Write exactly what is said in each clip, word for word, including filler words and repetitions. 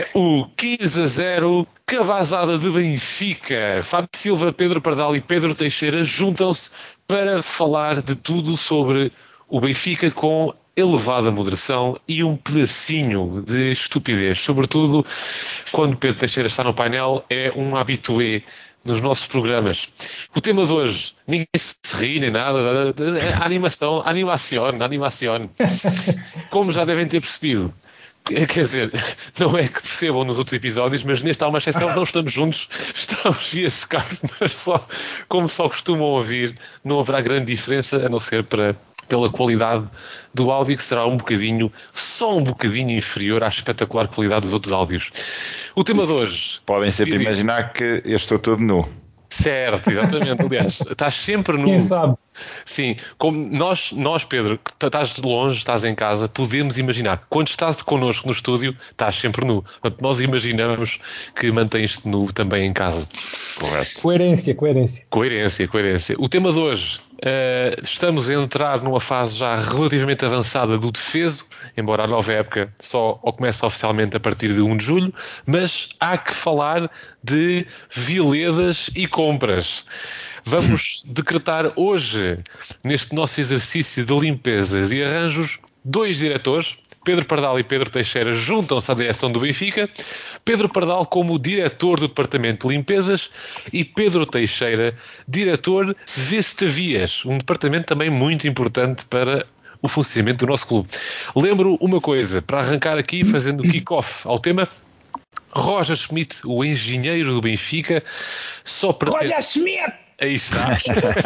É o quinze a zero, cavazada de Benfica. Fábio Silva, Pedro Pardal e Pedro Teixeira juntam-se para falar de tudo sobre o Benfica com elevada moderação e um pedacinho de estupidez. Sobretudo quando Pedro Teixeira está no painel, é um habitué nos nossos programas. O tema de hoje, ninguém se ri nem nada, a animação, animação, animação. Como já devem ter percebido, quer dizer, não é que percebam nos outros episódios, mas neste há uma exceção, não estamos juntos, estamos via Skype, mas só, como só costumam ouvir, não haverá grande diferença, a não ser para, pela qualidade do áudio, que será um bocadinho, só um bocadinho inferior à espetacular qualidade dos outros áudios. O tema de hoje... Podem sempre imaginar que eu estou todo nu. Certo, exatamente. Aliás, estás sempre nu. Quem sabe? Sim, como nós, nós, Pedro, que estás de longe, estás em casa, podemos imaginar. Quando estás connosco no estúdio, estás sempre nu. Portanto, nós imaginamos que mantens-te nu também em casa. Correto. Coerência, coerência. Coerência, coerência. O tema de hoje, uh, estamos a entrar numa fase já relativamente avançada do defeso, embora a nova época só comece oficialmente a partir de primeiro de julho, mas há que falar de viledas e compras. Vamos decretar hoje, neste nosso exercício de limpezas e arranjos, dois diretores. Pedro Pardal e Pedro Teixeira juntam-se à direção do Benfica. Pedro Pardal como diretor do departamento de limpezas e Pedro Teixeira, diretor Vestavias, um departamento também muito importante para o funcionamento do nosso clube. Lembro uma coisa, para arrancar aqui, fazendo o kick-off ao tema, Roger Schmidt, o engenheiro do Benfica, só pretende... Roger Schmidt! Aí está.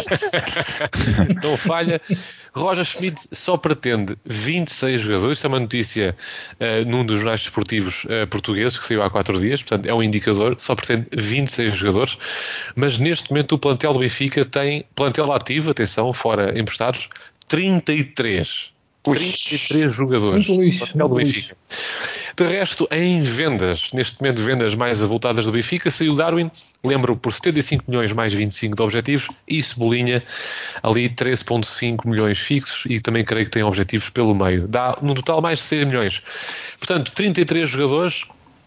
Não falha. Roger Schmidt só pretende vinte e seis jogadores. Isso é uma notícia uh, num dos jornais desportivos uh, portugueses que saiu há quatro dias. Portanto, é um indicador. Só pretende vinte e seis jogadores. Mas neste momento o plantel do Benfica tem plantel ativo, atenção, fora emprestados, trinta e três. trinta e três jogadores. Muito lixo, plantel do muito Benfica. De resto, em vendas, neste momento vendas mais avultadas do Benfica, saiu Darwin, lembro, por setenta e cinco milhões mais vinte e cinco de objetivos, e Cebolinha ali treze vírgula cinco milhões fixos e também creio que tem objetivos pelo meio. Dá no total mais de seis milhões. Portanto, trinta e três jogadores,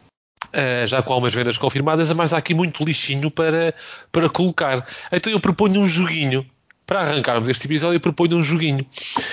uh, já com algumas vendas confirmadas, mas há aqui muito lixinho para, para colocar. Então eu proponho um joguinho. Para arrancarmos este episódio, eu proponho um joguinho.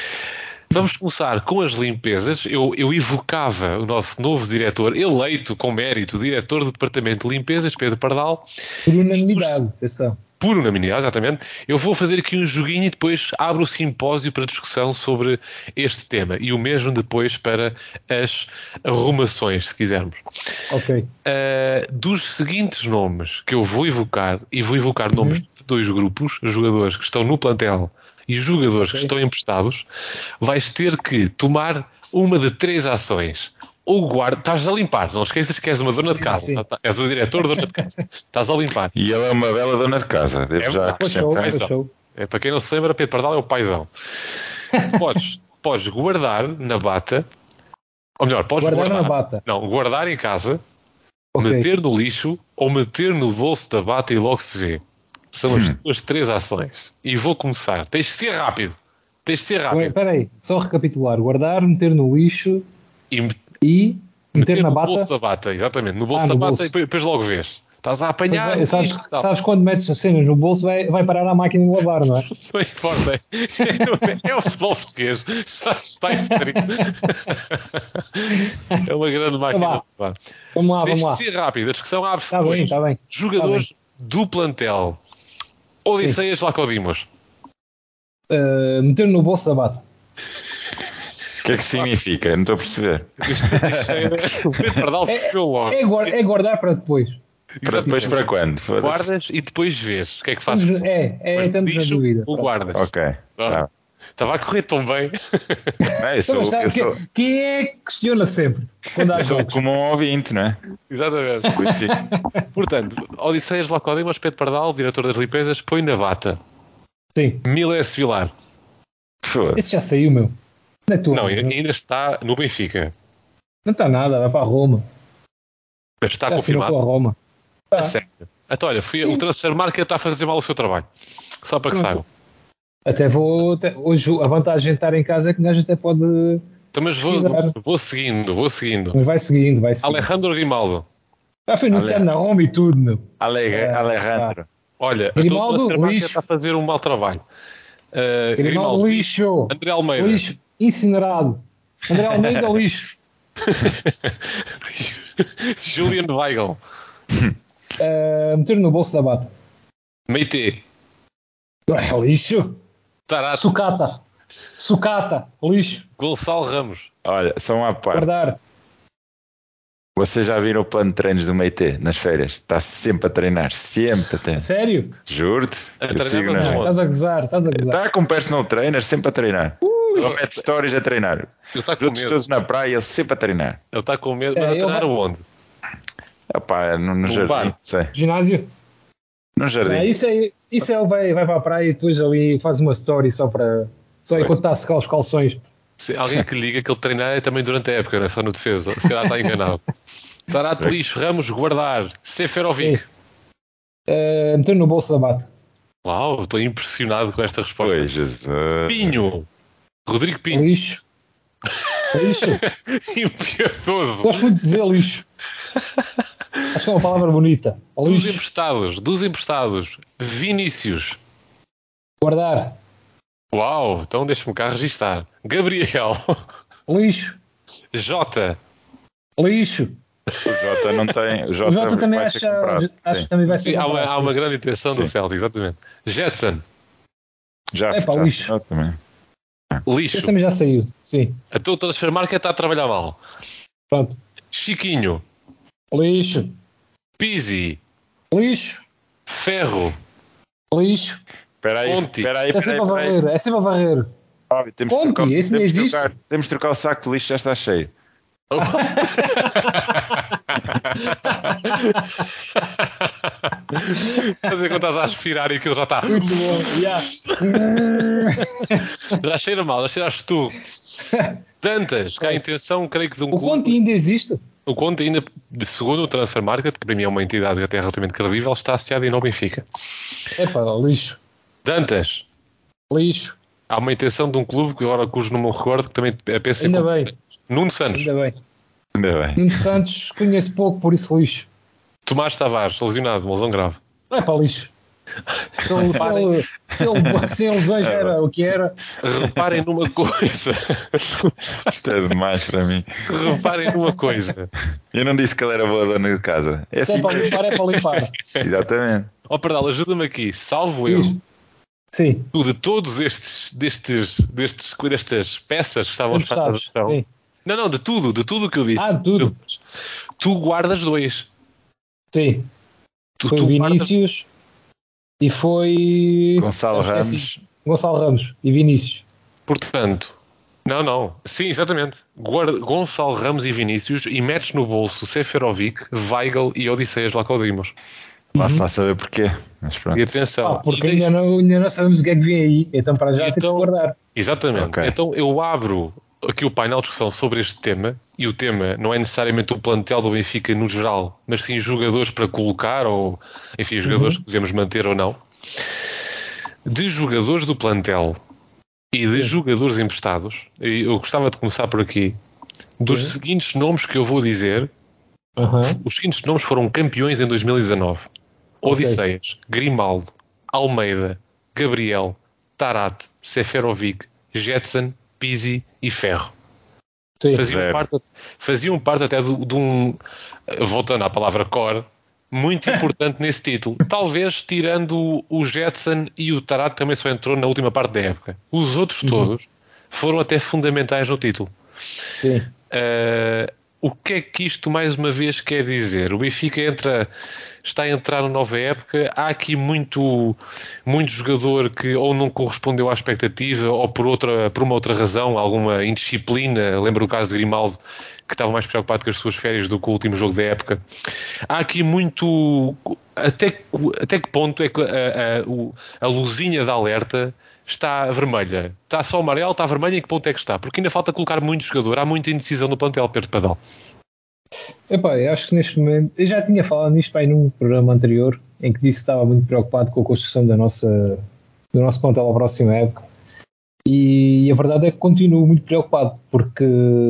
Vamos começar com as limpezas. Eu, eu evocava o nosso novo diretor, eleito com mérito, diretor do departamento de limpezas, Pedro Pardal. Por unanimidade, atenção. Por unanimidade, exatamente. Eu vou fazer aqui um joguinho e depois abro o simpósio para discussão sobre este tema. E o mesmo depois para as arrumações, se quisermos. Ok. Uh, dos seguintes nomes que eu vou evocar, e vou evocar nomes uhum. de dois grupos, jogadores que estão no plantel e jogadores okay. que estão emprestados, vais ter que tomar uma de três ações. Ou guarda, estás a limpar, não esqueças que és uma dona de casa, sim, sim. És o diretor dona de casa, estás a limpar. E ele é uma bela dona de casa, devo é, já acrescentar. É, para quem não se lembra, Pedro Pardal é o paizão. podes, podes guardar na bata, ou melhor, podes guardar, guardar na bata. Não, guardar em casa, okay. meter no lixo ou meter no bolso da bata e logo se vê. São as hum. tuas três ações. E vou começar. Tens de ser rápido. Tens de ser rápido. Espera aí, só recapitular. Guardar, meter no lixo e, e meter, meter na no bata. bolso da bata. Exatamente. No bolso ah, da no bata bolso. e depois logo vês. Estás a apanhar. É, sabes, sabes quando metes as cenas no bolso vai, vai parar à máquina de lavar, não é? Não importa. É, é o futebol português. Está inserido. É uma grande máquina de lavar. Vamos lá, Tens vamos lá. de ser rápido. A discussão abre-se está depois. Bem, está bem. Jogadores tá bem. do plantel. Odisseias Lacodimos. Uh, meter no bolso da bata. O que é que significa? Não estou a perceber. O Pedro Pardal percebeu logo. É, é, é guardar para depois. Para depois para quando? Guardas e depois vês. O que é que fazes? É, é, estamos na dúvida. Ou guardas. Ok. Tá. Estava a correr tão bem. É, eu sou, eu sou... Quem é que questiona sempre? Quando há eu sou como um ouvinte, não é? Exatamente. Portanto, Odisseias Lacodimos, Pedro Pardal, diretor das limpezas, põe na bata. Sim. Miles Vilar. Esse já saiu, meu. Não, é tua, não, não, ainda está no Benfica. Não está nada, vai para a Roma. Mas está já confirmado. Com a Roma. Tá. É sério. Então, olha, fui, o Transfer Market está a fazer mal o seu trabalho. Só para que saibam. Até vou. Até, hoje a vantagem de estar em casa é que o gajo até pode Então, mas vou, Exato. vou seguindo, vou seguindo. Mas vai seguindo, vai seguindo. Alejandro Grimaldo. Já foi anunciado na home e tudo, meu. Ale- É, Alejandro. Olha, Grimaldo, a tua marca lixo. está a fazer um mau trabalho. Uh, Grimaldo, lixo. André Almeida. Lixo. Incinerado. André Almeida, lixo. Julian Weigl. Uh, meter no bolso da bata. Meite. É lixo. Tarato. Sucata. Sucata. Lixo. Gonçalo Ramos. Olha, só uma parte. Guardar. Vocês já viram o plano de treinos do Meite nas férias? Está sempre a treinar, sempre a treinar. Sério? Juro-te. A eu treinar, sigo mas na- onde? Estás a gozar, estás a gozar. Está com personal trainer, sempre a treinar. Só mete stories a treinar. Ele está Os com outros medo. todos na praia, ele sempre a treinar. Ele está com medo. Mas É, a ele treinar vai- onde? Epá, no, no No jardim, bar. sei. Ginásio? No jardim. É, isso é, isso é ele vai, vai para a praia e depois ali faz uma story só para. Só enquanto está a secar os calções. Se alguém que lhe diga que ele treinar é também durante a época, não é só no defesa. Se calhar está enganado. Tarato, lixo, Ramos, guardar. Seferovic. Uh, meter no bolso da bata. Uau, estou impressionado com esta resposta. Oi, Jesus. Pinho. Rodrigo Pinho. Lixo. Lixo. Impiedoso. Gosto muito de dizer lixo. Acho que é uma palavra bonita. Dos Lixo. emprestados, dos emprestados. Vinícius. Guardar. Uau, então deixa-me cá registar. Gabriel. Lixo. Jota. Lixo. O Jota não tem. O Jota, O Jota também vai acha, ser comprado. acho Sim. que também vai ser Sim, há, uma, comprado, há sim. uma grande intenção do Sim. Celtic, exatamente. Jetson. Já, É pá, já lixo. assinou também. Lixo. Esse também já saiu. Sim. A tua transfer market está a trabalhar mal. Pronto. Chiquinho. Lixo. Pizzi. Lixo. Ferro. Lixo. Espera aí, Fonte. espera aí, É espera aí, sempre a espera aí. varrer. É sempre a varrer. Fábio, temos de Fonte, trocar o- esse nem temos de existe. trocar- Temos de trocar o saco de lixo, já está cheio. Fazer quando estás a aspirar e aquilo já está. Muito bom. Yeah. Já cheira mal, já cheiraste tu. Tantas, que há a intenção, creio que de um O clube. Conte ainda existe? O Conte ainda, de segundo o Transfer Market, que para mim é uma entidade até relativamente credível, está associado ainda ao Benfica. É pá, lixo. Dantas, Lixo. há uma intenção de um clube que agora cujo não me recordo, que também é P C. Ainda bem. Nuno Santos, Ainda bem. Ainda bem. Nuno Santos conheço pouco, por isso lixo. Tomás Tavares, lesionado, uma lesão grave. É pá, lixo. Se ele, se ele, se ele, sem lesões era o que era. Reparem numa coisa. Isto é demais para mim. Reparem numa coisa. Eu não disse que ele era boa dona de casa. É Se é assim para mesmo. limpar, é para limpar. Exatamente. Ó, Pardal, ajuda-me aqui. Salvo eu. Diz. Sim. Tu, de todos estes, destes, destes, destas peças que estavam Emprestados. espalhadas no chão. Sim. Não, não, de tudo, de tudo o que eu disse. Ah, de tudo. Tu guardas dois. Sim. Tu, Foi tu o guardas- Vinícius e foi. Gonçalo Acho que é assim. Ramos. Gonçalo Ramos e Vinícius. Portanto, não, não. Sim, exatamente. Guarda Gonçalo Ramos e Vinícius e metes no bolso Seferovic, Weigl e Odisseias Lacodimos. Vá-se lá saber porquê. Mas pronto. E atenção. Ah, porque e ainda deixa- não, ainda não sabemos o que é que vem aí. Então, para já, tem de Então- se guardar. Exatamente. Ok. Então eu abro aqui o painel de discussão sobre este tema, e o tema não é necessariamente o plantel do Benfica no geral, mas sim jogadores para colocar, ou enfim, jogadores que devemos manter ou não. De jogadores do plantel e de Sim. jogadores emprestados, e eu gostava de começar por aqui, dos Sim. seguintes nomes que eu vou dizer. Aham. Os seguintes nomes foram campeões em dois mil e dezanove. Ok. Odisseias, Grimaldo, Almeida, Gabriel, Tarat, Seferovic, Jetson, Pizzi e Ferro. Sim. Faziam Zero. parte, faziam parte até de, de um, voltando à palavra core, muito importante nesse título. Talvez tirando o Jetson e o Tarat, também só entrou na última parte da época. Os outros todos foram até fundamentais no título. Sim. Uh, o que é que isto mais uma vez quer dizer? O Benfica entra, está a entrar na nova época. Há aqui muito, muito jogador que ou não correspondeu à expectativa ou por, outra, por uma outra razão, alguma indisciplina. Lembro o caso de Grimaldo, que estava mais preocupado com as suas férias do que o último jogo da época. Há aqui muito... Até, que- até que ponto é que a, a, o- a luzinha de alerta está vermelha? Está só amarelo, está vermelha, em que ponto é que está? Porque ainda falta colocar muito jogador. Há muita indecisão no plantel, Pedro Padal. Epá, eu acho que neste momento, eu já tinha falado nisto pai, num programa anterior, em que disse que estava muito preocupado com a construção da nossa, do nosso plantel à próxima época. E a verdade é que continuo muito preocupado, porque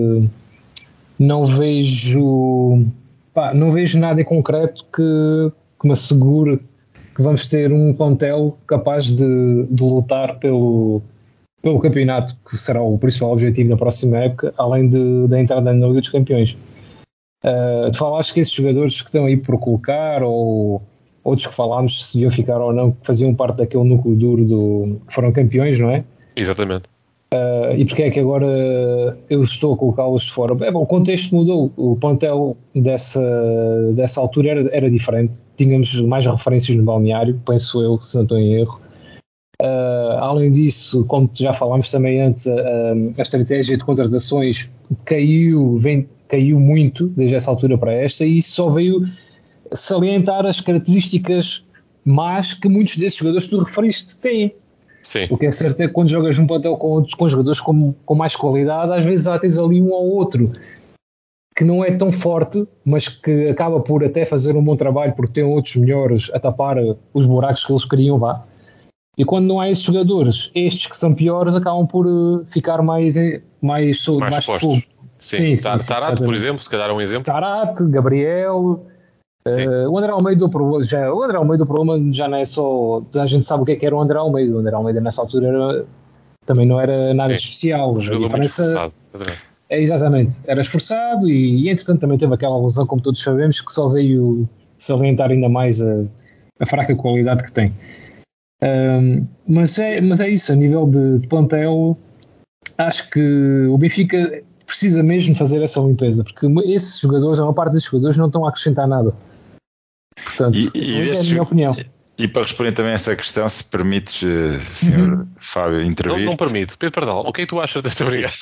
não vejo, pá, não vejo nada em concreto que, que me assegure que vamos ter um plantel capaz de, de lutar pelo, pelo campeonato, que será o principal objetivo da próxima época, além de, da entrada na Liga dos Campeões. Uh, tu falaste que esses jogadores que estão aí por colocar, ou outros que falámos se deviam ficar ou não, que faziam parte daquele núcleo duro do, que foram campeões, não é? Exatamente. Uh, e porque é que agora eu estou a colocá-los de fora? É, bom, o contexto mudou, o plantel dessa, dessa altura era, era diferente, tínhamos mais referências no balneário, penso eu, se não estou em erro. Uh, além disso, como já falámos também antes, a, a estratégia de contratações caiu, vem, caiu muito desde essa altura para esta, e isso só veio salientar as características más que muitos desses jogadores que tu referiste têm. Sim. O que é certo é que quando jogas num plantel com, com jogadores com, com mais qualidade, às vezes já tens ali um ou outro que não é tão forte, mas que acaba por até fazer um bom trabalho porque tem outros melhores a tapar os buracos que eles queriam, vá. E quando não há esses jogadores, estes que são piores acabam por uh, ficar mais, mais, mais, mais fogo. Sim, sim, sim, Tarate, sim, por exemplo, se calhar é um exemplo. Tarate, Gabriel... Uh, o André Almeida, já, o André Almeida, o problema já não é só. A gente sabe o que é que era o André Almeida. O André Almeida nessa altura era, também não era nada sim, especial. Um jogador muito esforçado. É, exatamente, era esforçado e, e entretanto também teve aquela lesão, como todos sabemos, que só veio salientar ainda mais a, a fraca qualidade que tem. Um, mas, é, mas é isso, a nível de, de plantel, acho que o Benfica precisa mesmo fazer essa limpeza, porque esses jogadores, a maior parte dos jogadores, não estão a acrescentar nada. Portanto, e, e é a minha opinião. E para responder também a essa questão, se permites, senhor uhum. Fábio, intervir. Não, não permito. Pedro Pardal, o que é que tu achas desta brigada?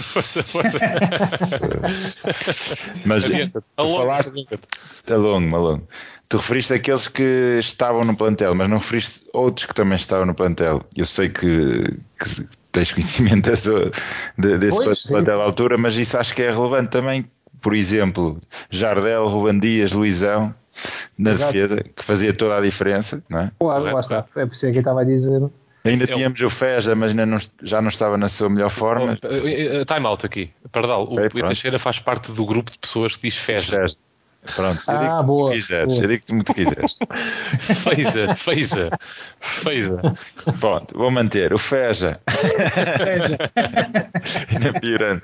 Mas tu falaste... É longo, é longo. Tu referiste aqueles que estavam no plantel, mas não referiste outros que também estavam no plantel. Eu sei que, que tens conhecimento desse, desse pois, plantel à altura, mas isso acho que é relevante também. Por exemplo, Jardel, Ruben Dias, Luizão, na Exato. defesa, que fazia toda a diferença, não é? Claro, lá está. É por isso que eu estava a dizer. Ainda Eu... tínhamos o Feja, mas ainda não, já não estava na sua melhor forma. Oh, time out aqui. Pardal, o Pedro Teixeira faz parte do grupo de pessoas que diz Feja. Feja. Pronto, eu ah, digo boa, que tu quiseres, boa. eu digo que tu quiseres. Feiza, Feiza, Feiza. Pronto, vou manter o Feja. Feja. Ainda piorando.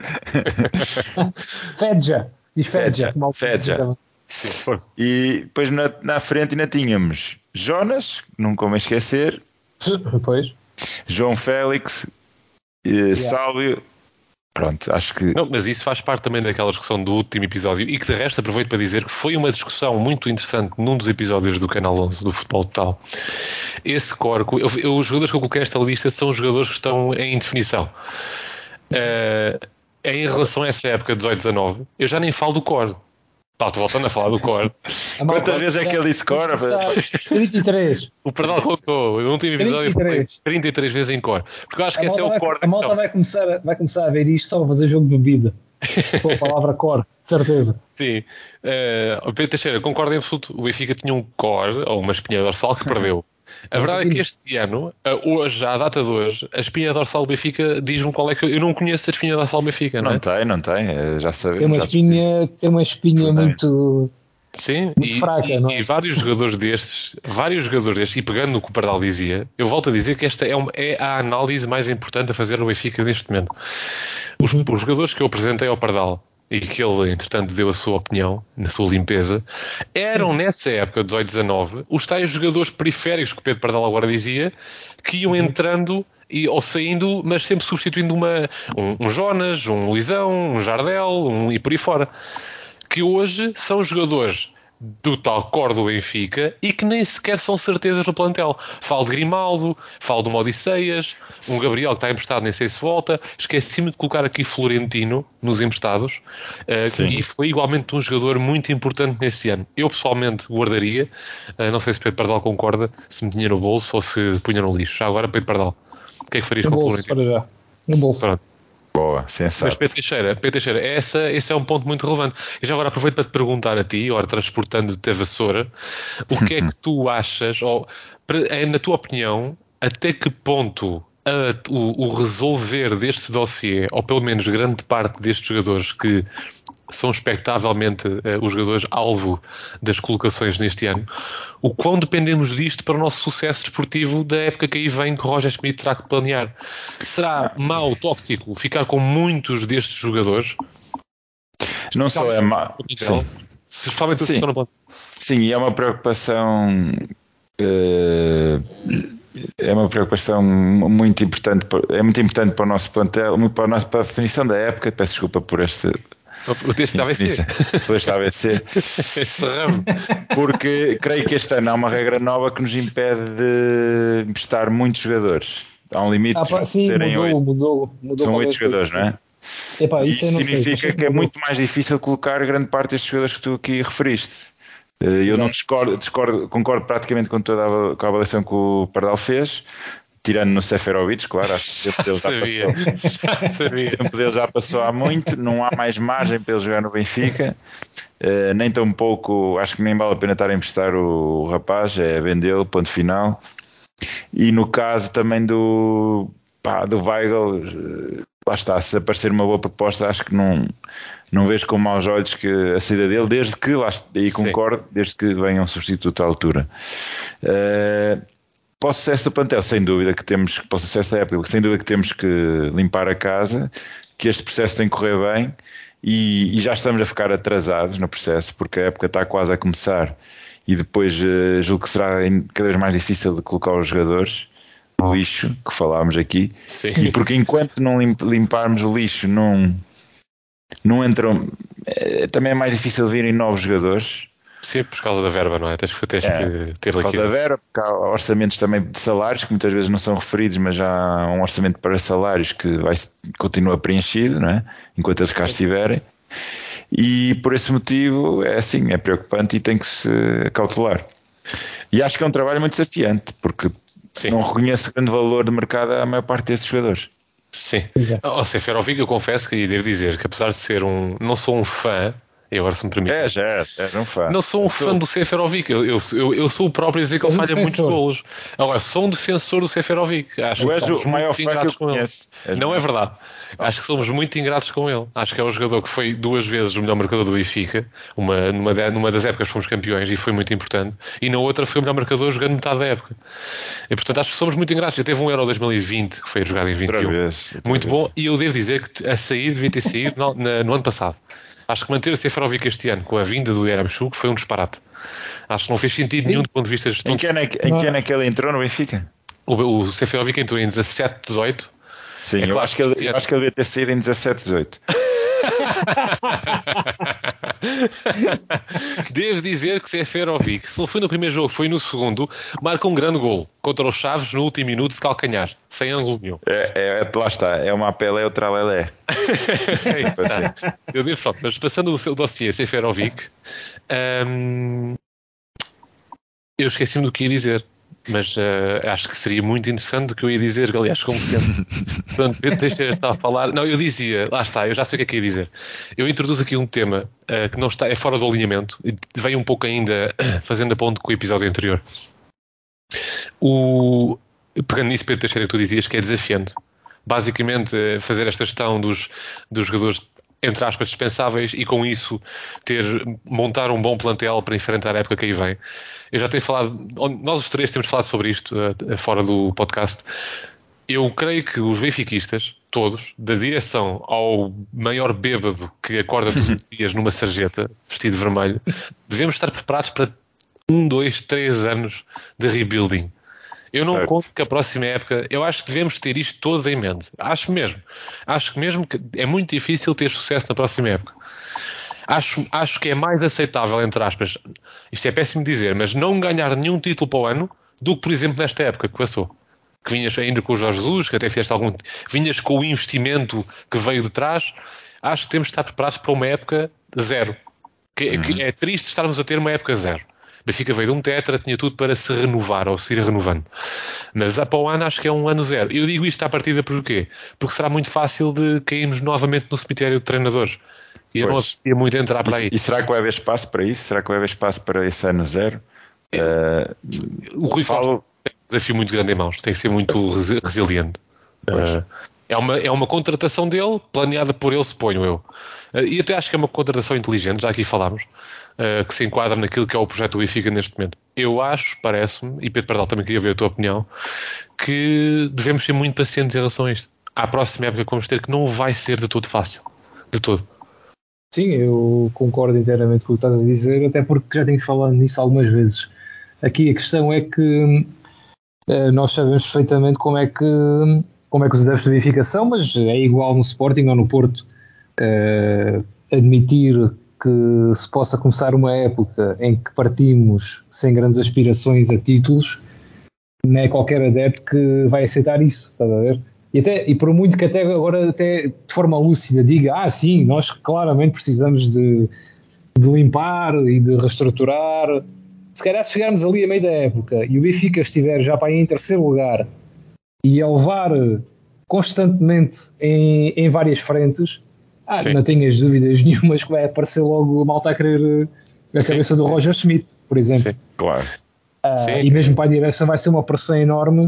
Feja. Diz Feja. Feja. E depois na, na frente ainda tínhamos Jonas, nunca me esquecer. Pois. João Félix, eh, yeah. Sálvio. Pronto, acho que... Não, mas isso faz parte também daquela discussão do último episódio e que de resto aproveito para dizer que foi uma discussão muito interessante num dos episódios do Canal onze do Futebol Total. Esse corpo, eu, eu, os jogadores que eu coloquei nesta lista são os jogadores que estão em definição. Uh, em relação a essa época, dezoito dezanove, eu já nem falo do core. Pá, estou voltando a falar do core. Quantas vezes é que ele disse core? trinta e três. O Pardal contou. No último episódio foi trinta e três vezes em core. Porque eu acho que esse é o core da A malta vai começar, vai começar a ver isto só a fazer jogo de bebida. Com a palavra core, de certeza. Sim. Uh, Pedro Teixeira, concordo em absoluto. O Benfica tinha um core, ou uma espinha dorsal, que perdeu. A verdade é que este ano, hoje, à data de hoje, a espinha dorsal do Benfica diz-me qual é que eu, eu não conheço a espinha dorsal do Benfica, não, não é? tem, não tem, já sabemos. Tem uma espinha, tem uma espinha muito, Sim, muito e, fraca, e, não é? E vários jogadores destes, vários jogadores destes, e pegando no que o Pardal dizia, eu volto a dizer que esta é, uma, é a análise mais importante a fazer no Benfica neste momento. Os, uhum. os jogadores que eu apresentei ao Pardal e que ele, entretanto, deu a sua opinião na sua limpeza, eram Sim. nessa época, dezoito dezanove, os tais jogadores periféricos que o Pedro Pardal agora dizia, que iam entrando e, ou saindo, mas sempre substituindo uma, um, um Jonas, um Luizão, um Jardel, um, e por aí fora. Que hoje são jogadores do tal core do Benfica e que nem sequer são certezas no plantel. Falo de Grimaldo, falo de uma Odisseias, um Gabriel que está emprestado, nem sei se volta. Esqueci-me de colocar aqui Florentino nos emprestados, uh, e foi igualmente um jogador muito importante nesse ano. Eu pessoalmente guardaria, uh, não sei se Pedro Pardal concorda, se me tinha no bolso ou se punha no lixo. Já agora, Pedro Pardal, o que é que farias no com o bolso, Florentino? Para já. No bolso. Pronto. Boa, sensato. Mas Pedro Teixeira, Pedro Teixeira essa, esse é um ponto muito relevante. E já agora aproveito para te perguntar a ti, ora transportando-te a vassoura, o que é que tu achas, ou na tua opinião, até que ponto a, o, o resolver deste dossiê, ou pelo menos grande parte destes jogadores que são expectavelmente uh, os jogadores alvo das colocações neste ano, o quão dependemos disto para o nosso sucesso desportivo da época que aí vem, que o Roger Schmidt terá que planear. Será mau, tóxico, ficar com muitos destes jogadores? Não só é mau. Se especialmente sim. No sim, e é uma preocupação uh, é uma preocupação muito importante, é muito importante para o nosso plantel, para a, nossa, para a definição da época. Peço desculpa por este Deste A V C. Por este A V C. Porque creio que este ano há uma regra nova que nos impede de emprestar muitos jogadores. Há um limite ah, de sim, serem mudou, oito. mudou, mudou São oito jogadores, não é? Epá, isso isso não significa sei, que é muito mais difícil colocar grande parte destes jogadores que tu aqui referiste. Eu não discordo, discordo, concordo praticamente com toda a, com a avaliação que o Pardal fez, tirando no Seferovic, claro, acho que o tempo dele já passou. O tempo dele já passou há muito, não há mais margem para ele jogar no Benfica, uh, nem tão pouco, acho que nem vale a pena estar a emprestar o, o rapaz, é vendê-lo, ponto final. E no caso também do, pá, do Weigl, uh, lá está, se aparecer uma boa proposta, acho que não, não vejo com maus olhos que a saída dele, desde que, lá está, e concordo, sim, desde que venha um substituto à altura. Uh, Para o sucesso do plantel, sem dúvida que temos, para o sucesso da época, sem dúvida que temos que limpar a casa, que este processo tem que correr bem e, e já estamos a ficar atrasados no processo, porque a época está quase a começar e depois uh, julgo que será cada vez mais difícil de colocar os jogadores no lixo, que falámos aqui. Sim. E porque enquanto não limparmos o lixo, não, não entram, é, também é mais difícil virem novos jogadores. Sim, por causa da verba, não é? Tens, tens é, que ter por causa da verba, porque há orçamentos também de salários que muitas vezes não são referidos, mas já há um orçamento para salários que vai, continua preenchido, não é? Enquanto eles cá estiverem. E por esse motivo é assim, é preocupante e tem que se cautelar. E acho que é um trabalho muito desafiante, porque sim, não reconheço grande valor de mercado à maior parte desses jogadores. Sim. Ao Seferovic, eu confesso que devo dizer que apesar de ser um, não sou um fã, e agora se me permite. É, já é, é um fã. Não sou um fã do Seferovic, eu, eu, eu, eu sou o próprio a dizer que ele falha muitos golos. Agora, sou um defensor do Seferovic. Acho tu que és somos o maior muito fã ingratos que eu com conheço. ele. Não é verdade. Acho que somos muito ingratos com ele. Acho que é um jogador que foi duas vezes o melhor marcador do Benfica. Uma, numa, numa das épocas fomos campeões e foi muito importante. E na outra foi o melhor marcador jogando metade da época. E portanto acho que somos muito ingratos. Já teve um Euro dois mil e vinte que foi jogado em vinte e um. Vez, muito vez. bom. E eu devo dizer que a sair devia ter saído no, na, no ano passado. Acho que manter o Seferovic este ano com a vinda do Yaramchuk foi um disparate. Acho que não fez sentido nenhum do ponto de vista de gestão. Em que ano é que, em que, ano é que ele entrou no Benfica? O, o Seferovic entrou em dezassete, dezoito. Sim, é eu, claro acho que ele, eu acho que ele devia ter saído em dezassete, dezoito. Devo dizer que Seferovic, se não foi no primeiro jogo, foi no segundo, marca um grande gol contra os Chaves no último minuto de calcanhar, sem ângulo nenhum. É, é, lá está, é uma Pelé, outra Lelé. É, eu devo, pronto, mas passando o seu dossiê Seferovic, hum, eu esqueci-me do que ia dizer. Mas uh, acho que seria muito interessante o que eu ia dizer, aliás, como sempre. Portanto, Pedro Teixeira está a falar. Não, eu dizia, lá está, eu já sei o que é que ia dizer. Eu introduzo aqui um tema uh, que não está, é fora do alinhamento, e veio um pouco ainda fazendo a ponte com o episódio anterior. O, pegando nisso, Pedro Teixeira, que tu dizias que é desafiante. Basicamente, fazer esta gestão dos, dos jogadores, entre aspas, dispensáveis e com isso ter, montar um bom plantel para enfrentar a época que aí vem. Eu já tenho falado, nós os três temos falado sobre isto uh, fora do podcast. Eu creio que os benfiquistas, todos, da direção ao maior bêbado que acorda todos os dias numa sarjeta, vestido de vermelho, devemos estar preparados para um, dois, três anos de rebuilding. Eu não certo. Conto que a próxima época, eu acho que devemos ter isto todos em mente. Acho mesmo. Acho que mesmo que é muito difícil ter sucesso na próxima época. Acho, acho que é mais aceitável, entre aspas, isto é péssimo dizer, mas não ganhar nenhum título para o ano do que, por exemplo, nesta época que passou. Que vinhas ainda com o Jorge Jesus, que até fizeste algum... Vinhas com o investimento que veio de trás. Acho que temos de estar preparados para uma época zero. Que, uhum. que é triste estarmos a ter uma época zero. Benfica veio de um tetra, tinha tudo para se renovar ou se ir renovando. Mas para o ano acho que é um ano zero. Eu digo isto à partida porquê? Porque será muito fácil de cairmos novamente no cemitério de treinadores. E eu não aprecia muito entrar para aí. E será que vai haver espaço para isso? Será que vai haver espaço para esse ano zero? É, uh, o Rui falo... Costa tem um desafio muito grande em mãos. Tem que ser muito resiliente. Uh, é, uma, é uma contratação dele, planeada por ele, suponho eu. Uh, e até acho que é uma contratação inteligente, já aqui falámos, uh, que se enquadra naquilo que é o projeto do Benfica neste momento. Eu acho, parece-me, e Pedro Pardal também queria ver a tua opinião, que devemos ser muito pacientes em relação a isto. À próxima época que vamos ter, que não vai ser de todo fácil. De todo. Sim, eu concordo inteiramente com o que estás a dizer, até porque já tenho falado nisso algumas vezes. Aqui a questão é que uh, nós sabemos perfeitamente como é que, como é que os adeptos da Benfica são, mas é igual no Sporting ou no Porto. Uh, admitir que se possa começar uma época em que partimos sem grandes aspirações a títulos, não é qualquer adepto que vai aceitar isso, estás a ver? E, até, e por muito que até agora, até de forma lúcida, diga, ah sim, nós claramente precisamos de, de limpar e de reestruturar. Se calhar se chegarmos ali a meio da época e o Benfica estiver já para ir em terceiro lugar e a levar constantemente em, em várias frentes, ah, não tenhas dúvidas nenhumas que vai aparecer logo a malta a querer a sim, cabeça do Roger Schmidt, por exemplo. Sim, claro. Uh, sim. E mesmo para a direção vai ser uma pressão enorme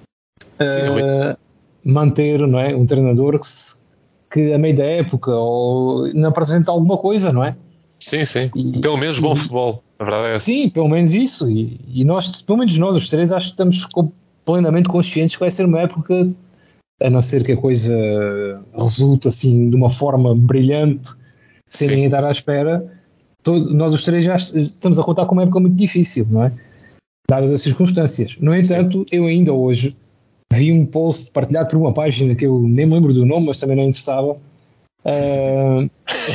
uh, manter, não é, um treinador que, se, que a meio da época ou não apresenta alguma coisa, não é? Sim, sim. E, pelo menos bom e, futebol, a verdade é essa. Sim, pelo menos isso. E, e nós, pelo menos nós, os três, acho que estamos plenamente conscientes que vai ser uma época, a não ser que a coisa resulte assim de uma forma brilhante, sem sim. ninguém estar à espera. Todo, nós os três já estamos a contar com uma época muito difícil, não é? Dadas as circunstâncias. No entanto, eu ainda hoje vi um post partilhado por uma página que eu nem me lembro do nome, mas também não interessava. Uh,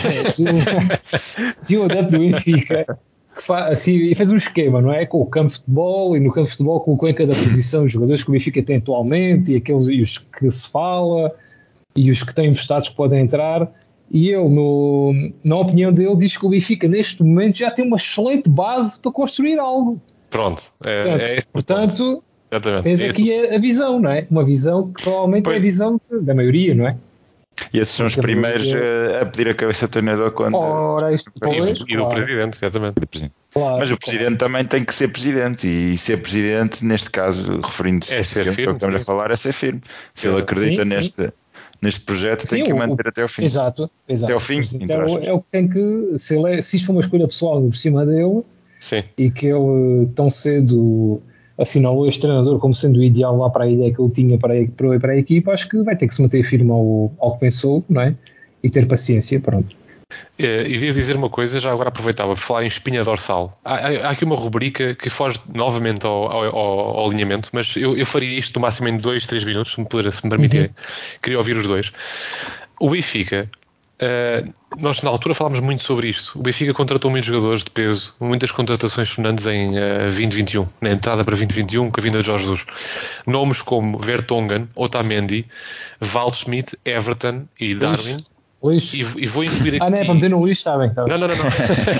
se um adepto do Benfica que faz, assim, e fez um esquema, não é? Com o campo de futebol, e no campo de futebol colocou em cada posição os jogadores que o Benfica tem atualmente, e aqueles e os que se fala, e os que têm emprestados que podem entrar. E ele, no, na opinião dele, diz que o Benfica neste momento já tem uma excelente base para construir algo. Pronto, é, portanto, é esse portanto Exatamente. tens é aqui a, a visão, não é? Uma visão que provavelmente pois. é a visão da maioria, não é? E esses são os primeiros a pedir a cabeça do treinador quando... Ora, isto pois, e, e claro. o presidente, exatamente. Claro, Mas o presidente claro. também tem que ser presidente, e ser presidente, neste caso, referindo-se é ser firme, que estamos a falar, é ser firme. Se é. ele acredita sim, neste, sim. neste projeto, sim, tem que o manter até ao fim. Exato, exato. Até ao fim, é, o, é o que tem que... Se, ele é, se isto for uma escolha pessoal por cima dele, sim. e que ele tão cedo assinalou este treinador como sendo o ideal lá para a ideia que ele tinha para a, para a equipa, acho que vai ter que se manter firme ao, ao que pensou, não é? E ter paciência, pronto. É, e devo dizer uma coisa, já agora aproveitava para falar em espinha dorsal. Há, há aqui uma rubrica que foge novamente ao, ao, ao alinhamento, mas eu, eu faria isto no máximo em dois, três minutos, se me, puder, se me permitirem. Uhum. Queria ouvir os dois. O Benfica, uh, nós na altura falámos muito sobre isto. O Benfica contratou muitos jogadores de peso, muitas contratações sonantes em uh, vinte vinte e um, na entrada para vinte vinte e um, com a vinda de Jorge Jesus. Nomes como Vertonghen, Otamendi, Waldschmidt, Everton e Darwin. Lixo. E, e vou incluir aqui... Ah, não é para meter no lixo, está bem. Tá bem. Não, não, não. não.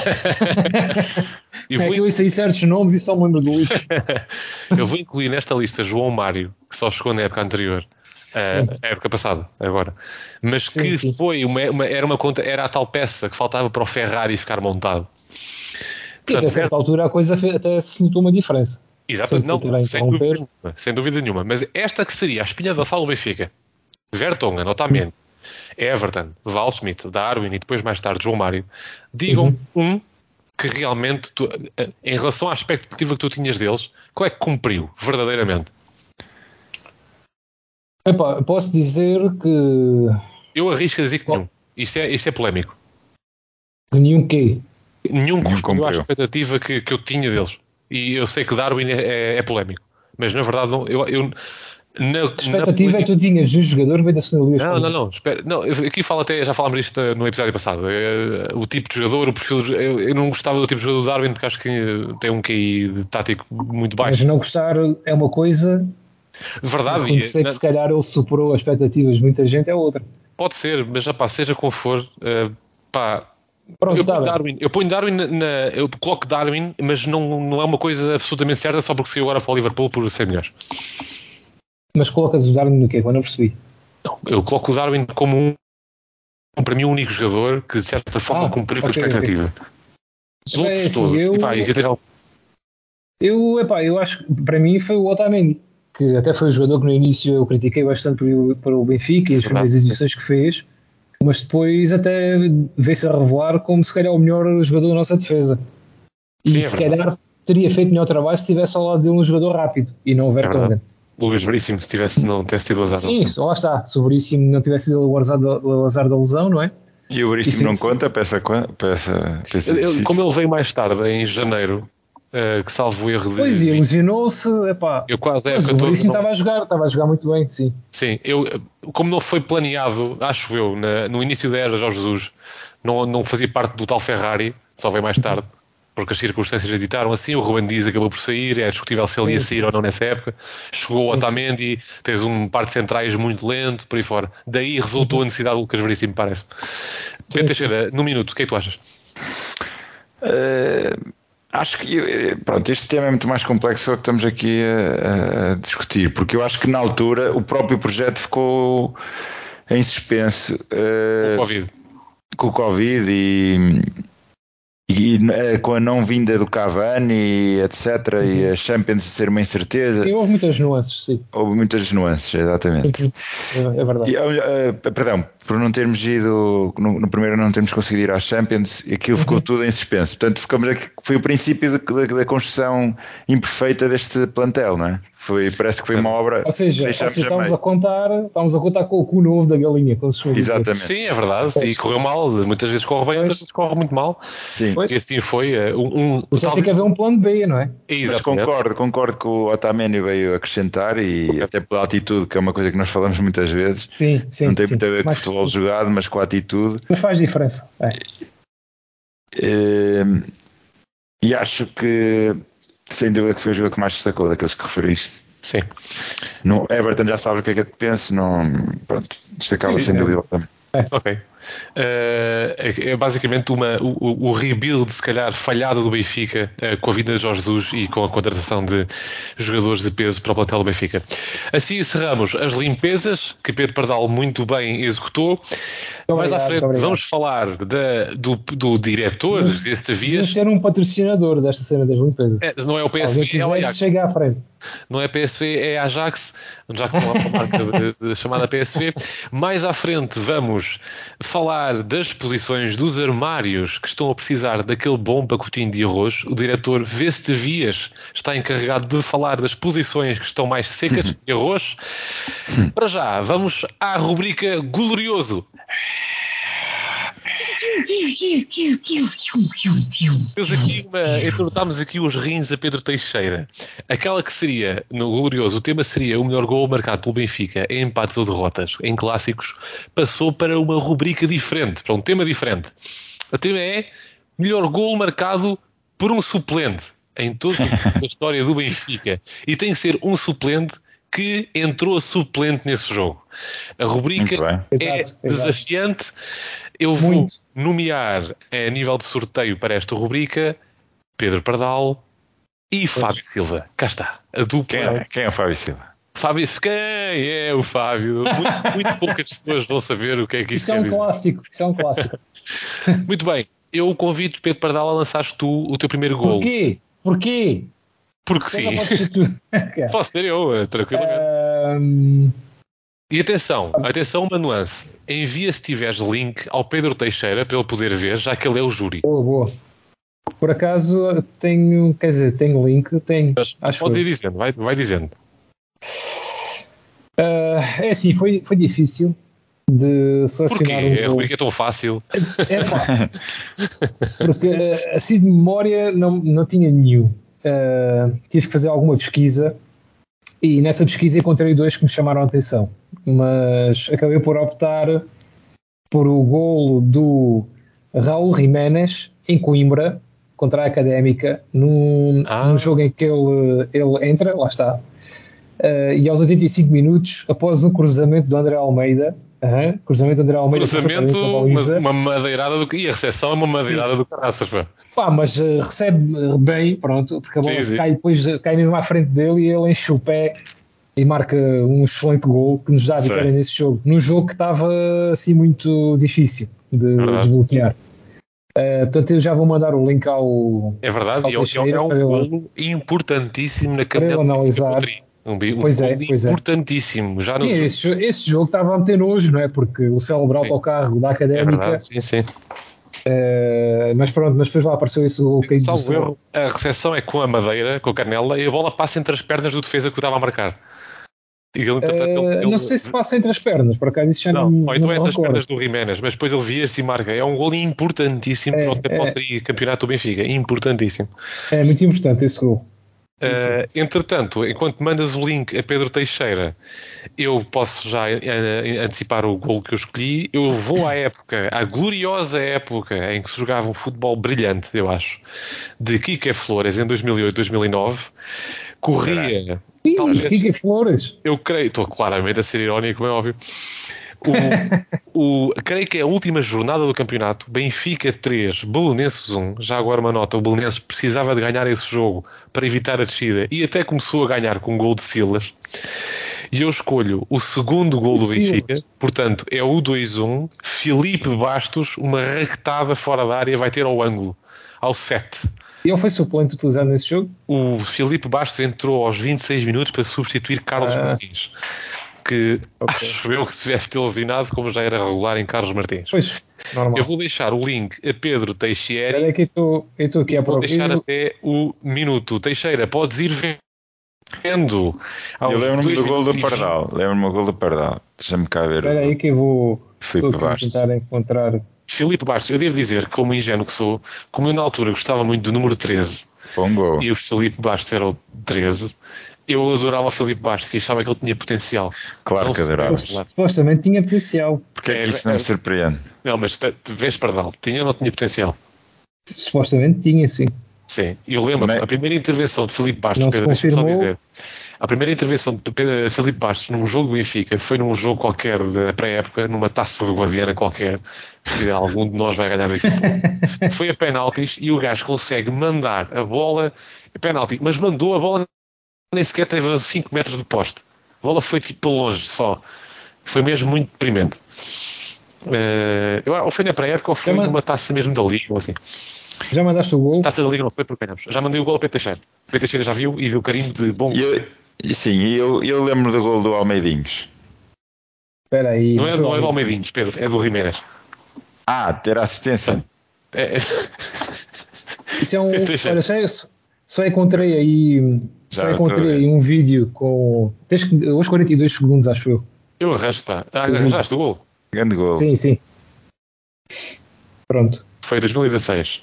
e vou... É que eu ouço aí certos nomes e só me lembro do lixo. Eu vou incluir nesta lista João Mário, que só chegou na época anterior, uh, a época passada, agora. Mas sim, que sim. foi uma, uma, era uma conta, era a tal peça que faltava para o Ferrari ficar montado. Portanto, e até certa altura a coisa até se notou uma diferença. Exatamente, não, sem dúvida, nenhuma, sem dúvida nenhuma. Mas esta que seria a espinha dorsal do Benfica, Vertonghen, Otamendi, Everton, Waldschmidt, Darwin e depois mais tarde João Mário, digam uhum. um que realmente, tu, em relação à expectativa que tu tinhas deles, qual é que cumpriu verdadeiramente? Epá, posso dizer que... Eu arrisco a dizer que nenhum. Isto é, isto é polémico. Nenhum quê? Nenhum correspondeu à expectativa que, que eu tinha deles. E eu sei que Darwin é, é, é polémico. Mas na verdade, não, eu... eu Na, a expectativa na... é que tu tinhas de um jogador que veio da segunda liga. Não, não, não, espera, não. Aqui falo até, já falámos disto no episódio passado. O tipo de jogador, o perfil. Eu, eu não gostava do tipo de jogador do Darwin porque acho que tem um Q I de tático muito baixo. Mas não gostar é uma coisa. Verdade. Reconhecer que se calhar ele superou as expectativas de muita gente é outra. Pode ser, mas já pá, seja como for, uh, pá. Pronto, eu, tá ponho Darwin, eu ponho Darwin na, na. Eu coloco Darwin, mas não, não é uma coisa absolutamente certa só porque saiu agora para o Liverpool por cem milhões. Mas colocas o Darwin no quê? Eu não percebi. Não, eu coloco o Darwin como um, um para mim, um único jogador que de certa forma ah, cumpriu com okay, a expectativa. Okay. Os é, outros assim, todos. Eu, e pá, eu, eu, epá, eu acho que para mim foi o Otamendi que até foi o jogador que no início eu critiquei bastante para o Benfica e as primeiras exibições que fez, mas depois até veio-se a revelar como se calhar o melhor jogador da nossa defesa. E Sim, é se verdade. calhar teria feito melhor trabalho se tivesse ao lado dele um jogador rápido e não o Vertonghen. É Luís Veríssimo, se tivesse, não tivesse tido o azar da lesão. Sim, lá está. Se o Veríssimo não tivesse tido o azar da, o azar da lesão, não é? E o Veríssimo não conta para essa, para essa, para essa ele, Como ele veio mais tarde, em janeiro, uh, que salvo o erro de... Pois, e lesionou-se, epá. Eu quase Mas o Veríssimo estava não... a jogar, estava a jogar muito bem, sim. Sim, eu, como não foi planeado, acho eu, na, no início da era Jorge Jesus, não, não fazia parte do tal Ferrari, só veio mais tarde, porque as circunstâncias editaram assim, o Ruben Dias acabou por sair, é discutível se ele ia sair ou não nessa época, chegou o Otamendi, tens um par de centrais muito lento, por aí fora. Daí resultou a necessidade do Lucas Veríssimo, parece. Pedro Teixeira, num minuto, o que é que tu achas? Uh, acho que, pronto, este tema é muito mais complexo do que estamos aqui a, a discutir, porque eu acho que na altura o próprio projeto ficou em suspenso. Uh, com o Covid. Com o Covid e... E com a não vinda do Cavani, etcétera, uhum. e a Champions ser uma incerteza. Sim, houve muitas nuances, sim. Houve muitas nuances, exatamente. É verdade. E, uh, perdão, por não termos ido, no, no primeiro não termos conseguido ir à Champions, aquilo uhum. ficou tudo em suspenso. Portanto, ficamos aqui, foi o princípio da, da, da construção imperfeita deste plantel, não é? Foi, parece que foi uma obra. Ou seja, assim, estamos, a contar, estamos a contar com o cu novo da galinha. Como se Exatamente. Sim, é verdade. E correu mal. Muitas vezes corre bem, outras vezes corre muito mal. Sim. E assim foi. Um, um, talvez... tem que haver um plano B, não é? Mas concordo, concordo que o Otamendi veio acrescentar e até pela atitude, que é uma coisa que nós falamos muitas vezes. Sim, sim. Não tem sim. muito a ver com mas, futebol jogado, mas com a atitude. Mas faz diferença. É. E, e acho que, sem dúvida, que foi o jogo que mais destacou daqueles que referiste. Sim. No Everton já sabe o que é que eu penso, não, pronto, destacava sem dúvida também. É. Ok. Uh, é, é basicamente uma, o, o rebuild, se calhar, falhado do Benfica uh, com a vinda de Jorge Jesus e com a contratação de jogadores de peso para o plantel do Benfica. Assim encerramos as limpezas que Pedro Pardal muito bem executou. Mais à frente vamos falar da, do, do diretor deste Vias. Ser um patrocinador desta cena das limpezas. É, não é o P S V, é o Ajax. Chega à frente. Não é P S V, é Ajax, já que não há uma marca de, de, chamada P S V. Mais à frente vamos falar das posições dos armários que estão a precisar daquele bom pacotinho de arroz. O diretor Veste Vias está encarregado de falar das posições que estão mais secas de arroz. Para já, vamos à rubrica Glorioso. Temos aqui uma, entortámos aqui os rins a Pedro Teixeira. Aquela que seria, no Glorioso, o tema seria o melhor gol marcado pelo Benfica em empates ou derrotas, em clássicos, passou para uma rubrica diferente, para um tema diferente. O tema é melhor gol marcado por um suplente em toda a história do Benfica. E tem que ser um suplente que entrou suplente nesse jogo. A rubrica é exato, desafiante. Exato. Eu vou Muito. nomear a nível de sorteio para esta rubrica Pedro Pardal e pois. Fábio Silva. Cá está. A dupla. Quem é, quem é o Fábio Silva? Fábio, quem é o Fábio? Muito, muito poucas pessoas vão saber o que é que isto isso é. Um dizer. clássico, isso é um clássico. Muito bem. Eu convido Pedro Pardal a lançares tu o teu primeiro golo. Porquê? Porquê? Porque sim. Posso ser eu, tranquilamente. Um... E atenção, atenção uma nuance. Envia se tiveres link ao Pedro Teixeira para ele poder ver, já que ele é o júri. Boa, boa. Por acaso tenho, quer dizer, tenho link, tenho. Mas, acho pode ir dizendo, vai, vai dizendo. Uh, é assim, foi, foi difícil de selecionar Porquê? um A rubrica é tão fácil. É, é pá. Porque assim de memória não, não tinha nenhum. Uh, tive que fazer alguma pesquisa e nessa pesquisa encontrei dois que me chamaram a atenção, mas acabei por optar por o golo do Raul Jiménez em Coimbra contra a Académica num, ah. num jogo em que ele, ele entra, lá está, uh, e aos oitenta e cinco minutos, após um cruzamento do André Almeida, uh-huh, cruzamento do André Almeida, cruzamento, uma, uma madeirada do e a recepção é uma madeirada sim. do caraças, pá. Pá, mas uh, recebe bem, pronto, porque a bola sim, cai sim. depois cai mesmo à frente dele e ele enche o pé e marca um excelente gol que nos dá a vitória nesse jogo, num jogo que estava assim muito difícil de verdade. desbloquear. Uh, portanto, eu já vou mandar o link ao. É verdade, ao e é, é um golo importantíssimo na caminhada analisar. Um, um pois é, pois importantíssimo. É. Já sim, no... esse, esse jogo estava a meter nojo, não é? Porque o célebre autocarro da Académica. É verdade, sim, sim. Uh, mas pronto, mas depois lá apareceu esse gol caído do céu. Erro, a recepção é com a madeira, com a canela, e a bola passa entre as pernas do defesa que o estava a marcar. E ele, entretanto, uh, ele, ele... Não sei se passa entre as pernas, por acaso isso já não. Não, ou então não entre as recordo. pernas do Jiménez, mas depois ele via-se e marca. É um gol importantíssimo é, para o é. campeonato do Benfica. Importantíssimo. É muito importante esse gol. Sim, sim. Uh, entretanto, enquanto mandas o link a Pedro Teixeira, eu posso já uh, antecipar o gol que eu escolhi. Eu vou à época, à gloriosa época em que se jogava um futebol brilhante, eu acho, de Quique Flores em dois mil e oito, dois mil e nove. Corria. Ih, talvez, Quique Flores. Eu creio, estou claramente a ser irónico, é óbvio. O, o, creio que é a última jornada do campeonato, Benfica três, Belenenses um. Já agora uma nota, o Belenenses precisava de ganhar esse jogo para evitar a descida e até começou a ganhar com um gol de Silas. E eu escolho o segundo gol do Benfica, portanto é o dois um. Filipe Bastos, uma raquetada fora da área, vai ter ao ângulo, ao sete. E ele foi suplente utilizado nesse jogo? O Filipe Bastos entrou aos vinte e seis minutos para substituir Carlos ah. Martins, que okay. acho eu que se deve ter lesionado, como já era regular em Carlos Martins. Pois, normal. Eu vou deixar o link a Pedro Teixeira. Espera que estou aqui a vou deixar eu... até o minuto. Teixeira, podes ir vendo. Eu lembro-me do gol do Pardal. Lembro-me do gol do Pardal. Deixa-me cá ver. Espera aí que eu vou Filipe Bastos. tentar encontrar. Filipe Bastos, eu devo dizer que, como ingênuo que sou, como eu na altura gostava muito do número treze, bom gol. E o Filipe Bastos era o treze, eu adorava o Filipe Bastos e achava que ele tinha potencial. Claro não que adorava. Supostamente tinha potencial. Porque é que isso não me surpreende? Não, mas vês Pardal, tinha ou não tinha potencial? Supostamente tinha, sim. Sim, e eu lembro, mas... a primeira intervenção de Filipe Bastos, não Pedro, se confirmou. Só dizer, a primeira intervenção de Filipe Bastos num jogo do Benfica foi num jogo qualquer da pré-época, numa taça do Guadiana qualquer, que algum de nós vai ganhar daqui. Foi a penaltis e o gajo consegue mandar a bola a penalti, mas mandou a bola, nem sequer teve a cinco metros de poste. A bola foi tipo longe só. Foi mesmo muito deprimente. Uh, eu, ou foi na pré-época ou foi Já numa taça mesmo da Liga ou assim. Já mandaste o gol? Taça da Liga não foi porque ganhamos. Já mandei o gol ao Pedro Teixeira. O Pedro Teixeira já viu e viu o carinho de bom. E sim, eu, eu lembro do gol do Almeidinhos. Espera aí. Não é, não é do Almeidinhos, Pedro, é do Jiménez. Ah, ter assistência. É, é... Isso é um. Olha, só, só encontrei aí. Já só encontrei aí um vídeo com. Tens que, aos quarenta e dois segundos, acho eu. Eu arrasto, pá. Ah, arrastaste o gol? Grande gol. Sim, sim. Pronto. Foi em dois mil e dezasseis.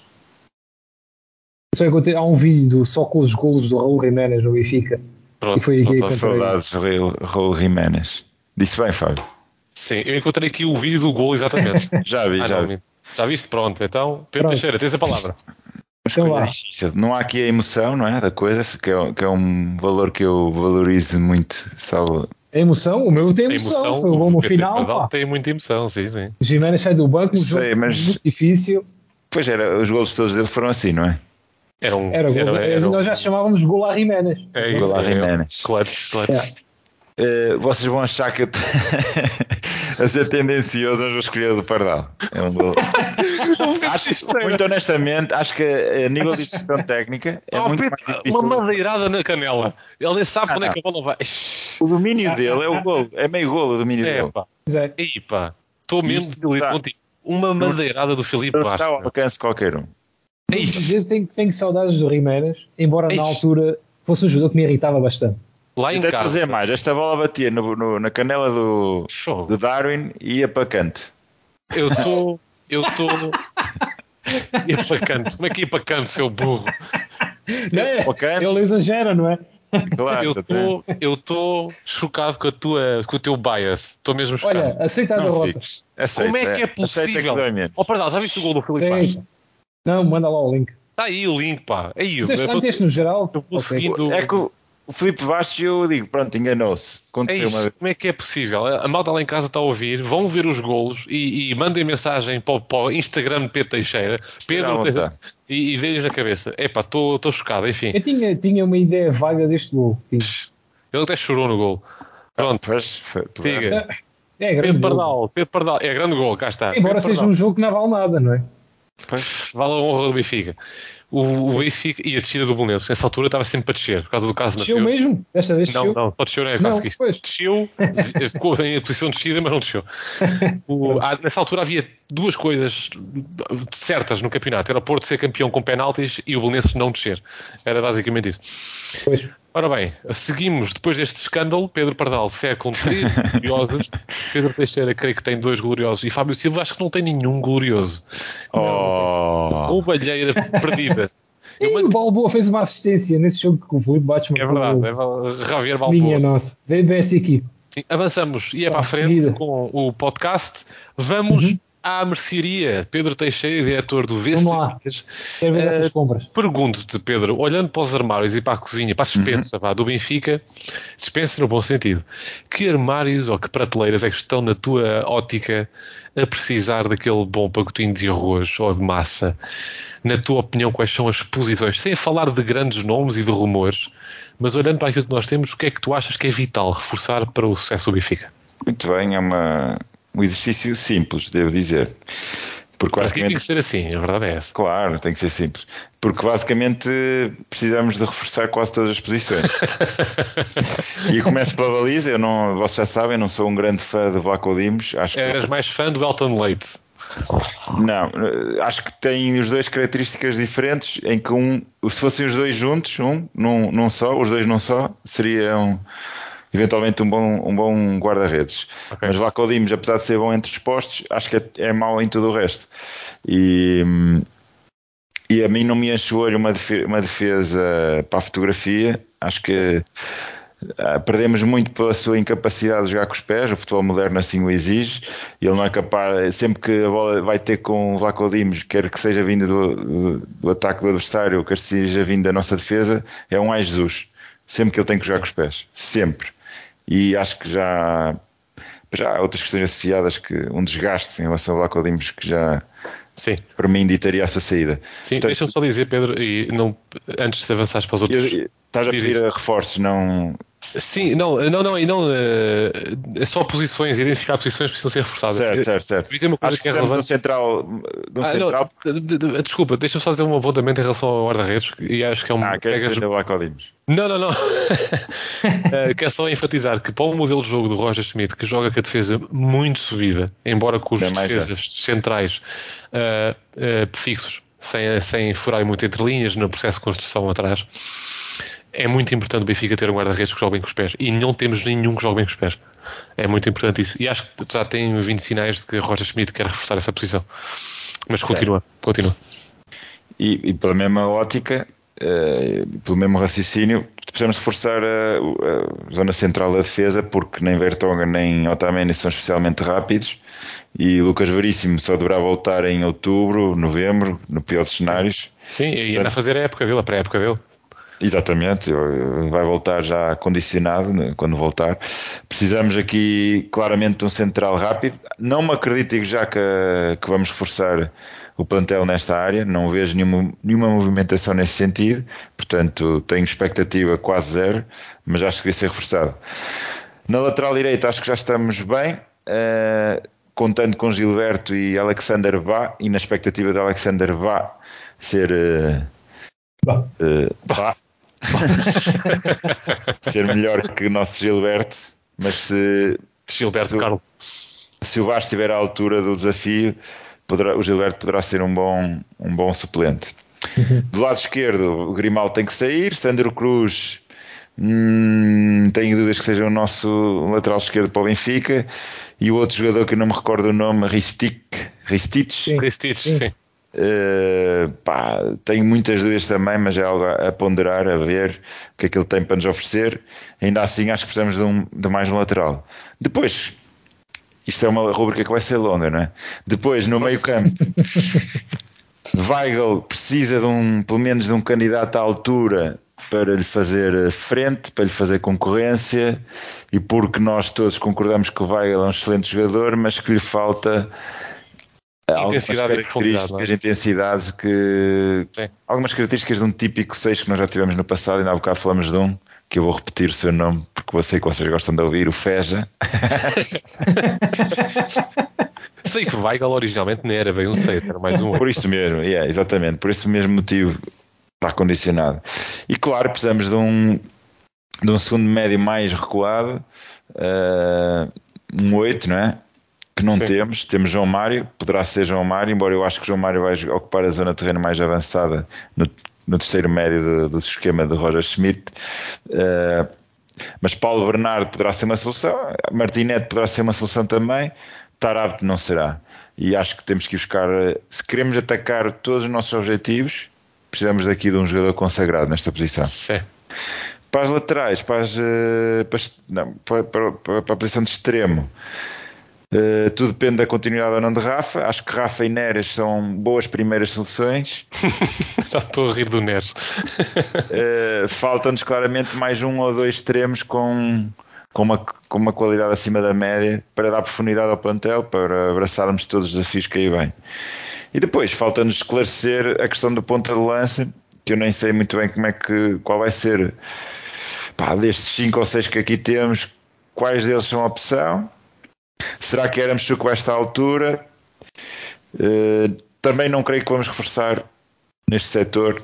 Só encontrei, há um vídeo do, só com os golos do Raul Jiménez no Benfica. Pronto, e foi aqui pronto, saudades Raul Jiménez. Disse bem, Fábio. Sim, eu encontrei aqui o vídeo do gol exatamente. já vi, ah, já não, vi. Já viste? Pronto, então, Pedro Teixeira, tens a palavra. Então lá. Não há aqui a emoção, não é? Da coisa, que é, que é um valor que eu valorizo muito, salvo. A emoção? O meu tem emoção, emoção foi o gol no final. Pá. Tem muita emoção, sim, sim. O Jiménez sai do banco, um Sei, jogo mas... muito difícil. Pois era, os golos todos dele foram assim, não é? Era um. Era, era, era, era um... Nós já chamávamos gol a Jiménez. É isso, gol a Jiménez. Claro, claro. Uh, vocês vão achar que eu t... a ser tendencioso, mas vou escolher o do Pardal. É um gol. acho, muito honestamente, acho que a nível de execução técnica é oh, muito Pedro, mais difícil. Uma madeirada na canela. Ele nem sabe ah, onde é que a bola vai. O domínio ah, dele é o gol. É meio gol o domínio é, dele. Pá. Aí, pá. Estou mesmo tá. contigo. Uma madeirada do Filipe Bastos. Está ao alcance qualquer um. Eu tenho, tenho saudades do Jiménez, embora Eish. na altura fosse um jogador que me irritava bastante. Lá em casa. Fazer mais, esta bola batia no, no, na canela do, do Darwin e ia para canto. Eu estou. Eu estou. Ia para canto. Como é que ia para canto, seu burro? Não é? Ele exagera, não é? Claro, eu estou chocado com, a tua, com o teu bias. Estou mesmo chocado. Olha, aceita a derrota. Aceita, como é que é possível? Ó, oh, perdão, já viste o gol do Filipe Bastos? Não, manda lá o link. Está aí o link, pá. Aí, eu meteste no geral? Eu vou okay. seguindo... É que o, o Filipe Bastos, eu digo, pronto, enganou-se. É isso, uma... Como é que é possível? A malta lá em casa está a ouvir, vão ver os golos e, e mandem mensagem para o, para o Instagram de Pedro Teixeira. Pedro Teixeira, e, e deem-lhes na cabeça. Epá, estou chocado, enfim. Eu tinha, tinha uma ideia vaga deste gol. Tinha. Ele até chorou no gol. Pronto, mas siga. É, é grande Pedro Pardal, Pedro Pardal, é grande gol, cá está. Embora Pedro seja Pardal. um jogo que não vale nada, não é? Pois, vale a honra do Benfica. O, o Benfica e a descida do Belenenses, nessa altura estava sempre para descer, por causa do caso desceu Mateus. Mesmo? Desta vez não, desceu? Não, só desceu, não é não, quase que desceu, ficou em posição de descida, mas não desceu. O, há, nessa altura havia duas coisas certas no campeonato: era o Porto ser campeão com penaltis e o Belenenses não descer. Era basicamente isso. Pois. Ora bem, seguimos depois deste escândalo. Pedro Pardal segue com três gloriosos. Pedro Teixeira creio que tem dois gloriosos e Fábio Silva acho que não tem nenhum glorioso. Oh. Ou Balheira perdida. E o Balboa fez uma assistência nesse jogo que o Filipe Bates É verdade, é Javier Balboa. Minha nossa, vem bem essa equipe. Sim, avançamos e é para a frente seguida. com o podcast. Vamos Uhum. à mercearia. Pedro Teixeira, diretor do V C. Vamos lá. Quero ver essas Uh, compras. Pergunto-te, Pedro, olhando para os armários e para a cozinha, para a despensa, Uhum. vá, do Benfica, despensa no bom sentido, que armários ou que prateleiras é que estão na tua ótica a precisar daquele bom pacotinho de arroz ou de massa? Na tua opinião, quais são as posições? Sem falar de grandes nomes e de rumores, mas olhando para aquilo que nós temos, o que é que tu achas que é vital reforçar para o sucesso do Benfica? Muito bem, é uma, um exercício simples, devo dizer. Porque Parece que tem basicamente, que ser assim, a verdade é essa. claro, tem que ser simples. Porque basicamente precisamos de reforçar quase todas as posições. E começo pela baliza. Eu não, vocês já sabem, não sou um grande fã de Vlaco Dimos. Acho que Eras mais fã do Elton Leite. Não, acho que têm os dois características diferentes, em que um, se fossem os dois juntos, um num, num só, os dois num só, seriam eventualmente um bom, um bom guarda-redes. Okay. Mas Vlaco Dimos, apesar de ser bom entre os postos, acho que é, é mau em tudo o resto. E, e a mim não me enche o olho uma defesa, uma defesa para a fotografia. Acho que Uh, perdemos muito pela sua incapacidade de jogar com os pés. O futebol moderno assim o exige. Ele não é capaz, sempre que a bola vai ter com o Vlaco Dimos, quer que seja vindo do, do, do ataque do adversário, quer que seja vindo da nossa defesa, é um ai Jesus. Sempre que ele tem que jogar com os pés, sempre. E acho que já, já há outras questões associadas, que um desgaste em relação ao Vlaco Dimos que já, sim, para mim, ditaria a sua saída. Sim, Portanto, deixa-me só dizer, Pedro, e não, antes de avançares para os outros. Eu, estás a pedir a reforços, não. Sim, não, não, não, e não é só posições, identificar posições que precisam ser reforçadas. Certo, certo, certo. Dizer uma coisa Acho que é que relevante. Um central, de um ah, central... Não, de, de, desculpa, deixa-me só dizer um apontamento em relação ao guarda-redes, e acho que é um. Ah, queres pegas... dizer lá Codimos? Não, não, não. uh, quero só enfatizar que para o modelo de jogo do Roger Schmidt, que joga com a defesa muito subida, embora com os defesas é. centrais uh, uh, fixos, sem, sem furar muito entre linhas no processo de construção atrás, é muito importante o Benfica ter um guarda-redes que jogue bem com os pés. E não temos nenhum que jogue bem com os pés. É muito importante isso. E acho que já tem vindo sinais de que Roger Schmidt quer reforçar essa posição. Mas continua, certo. continua. E, e pela mesma ótica, uh, pelo mesmo raciocínio, precisamos reforçar a, a zona central da defesa, porque nem Vertonghen nem Otamendi são especialmente rápidos. E Lucas Veríssimo só deverá voltar em outubro, novembro, no pior dos cenários. Sim, e ainda a fazer a época dele, a pré-época dele. Exatamente, vai voltar já condicionado, né, quando voltar. Precisamos aqui claramente de um central rápido. Não me acredito já que, que vamos reforçar o plantel nesta área, não vejo nenhuma, nenhuma movimentação nesse sentido, portanto tenho expectativa quase zero, mas acho que deve ser reforçado. Na lateral direita acho que já estamos bem, uh, contando com Gilberto e Alexander Vá, e na expectativa de Alexander Vá ser... Uh, uh, Vá. ser melhor que o nosso Gilberto, mas se Gilberto se, Carlos. se o Vasco estiver à altura do desafio, poderá, o Gilberto poderá ser um bom, um bom suplente. Uhum. Do lado esquerdo, o Grimaldo tem que sair. Sandro Cruz, hum, tenho dúvidas que seja o nosso lateral esquerdo para o Benfica. E o outro jogador que eu não me recordo o nome, Ristic, Ristich, sim, Ristich, sim. sim. Uh, pá, tenho muitas dúvidas também, mas é algo a, a ponderar, a ver o que é que ele tem para nos oferecer. Ainda assim acho que precisamos de, um, de mais um lateral. Depois, isto é uma rubrica que vai ser longa, não é? Depois, no meio campo, Weigl precisa de um, pelo menos de um candidato à altura para lhe fazer frente, para lhe fazer concorrência, e porque nós todos concordamos que o Weigl é um excelente jogador, mas que lhe falta intensidade algumas características, é? intensidades que Sim. algumas características de um típico seis que nós já tivemos no passado, ainda há bocado falamos de um que eu vou repetir o seu nome porque eu sei que vocês gostam de ouvir, o Feja. Sei que Weigl originalmente nem era bem um seis, era mais um. Por isso mesmo, yeah, exatamente, por esse mesmo motivo está condicionado. E claro, precisamos de um, de um segundo médio mais recuado, uh, um oito, não é? Que não Sim. temos. Temos João Mário, poderá ser João Mário, embora eu acho que João Mário vai ocupar a zona de terreno mais avançada no, no terceiro médio do, do esquema de Roger Schmidt. Uh, mas Paulo Bernardo poderá ser uma solução, Martinete poderá ser uma solução também, Tarapte não será. E acho que temos que ir buscar, se queremos atacar todos os nossos objetivos, precisamos daqui de um jogador consagrado nesta posição. Sim. Para as laterais, para, as, para, as, não, para, para, para a posição de extremo, Uh, tudo depende da continuidade ou não de Rafa. Acho que Rafa e Neres são boas primeiras soluções. Já estou a rir do Neres. uh, Faltam-nos claramente mais um ou dois extremos com, com, uma, com uma qualidade acima da média para dar profundidade ao plantel, para abraçarmos todos os desafios que aí vêm. E depois falta-nos esclarecer a questão do ponta de lança, que eu nem sei muito bem como é que, qual vai ser, pá, destes cinco ou seis que aqui temos, quais deles são a opção. Será que éramos Chuco a esta altura? Uh, também não creio que vamos reforçar neste setor,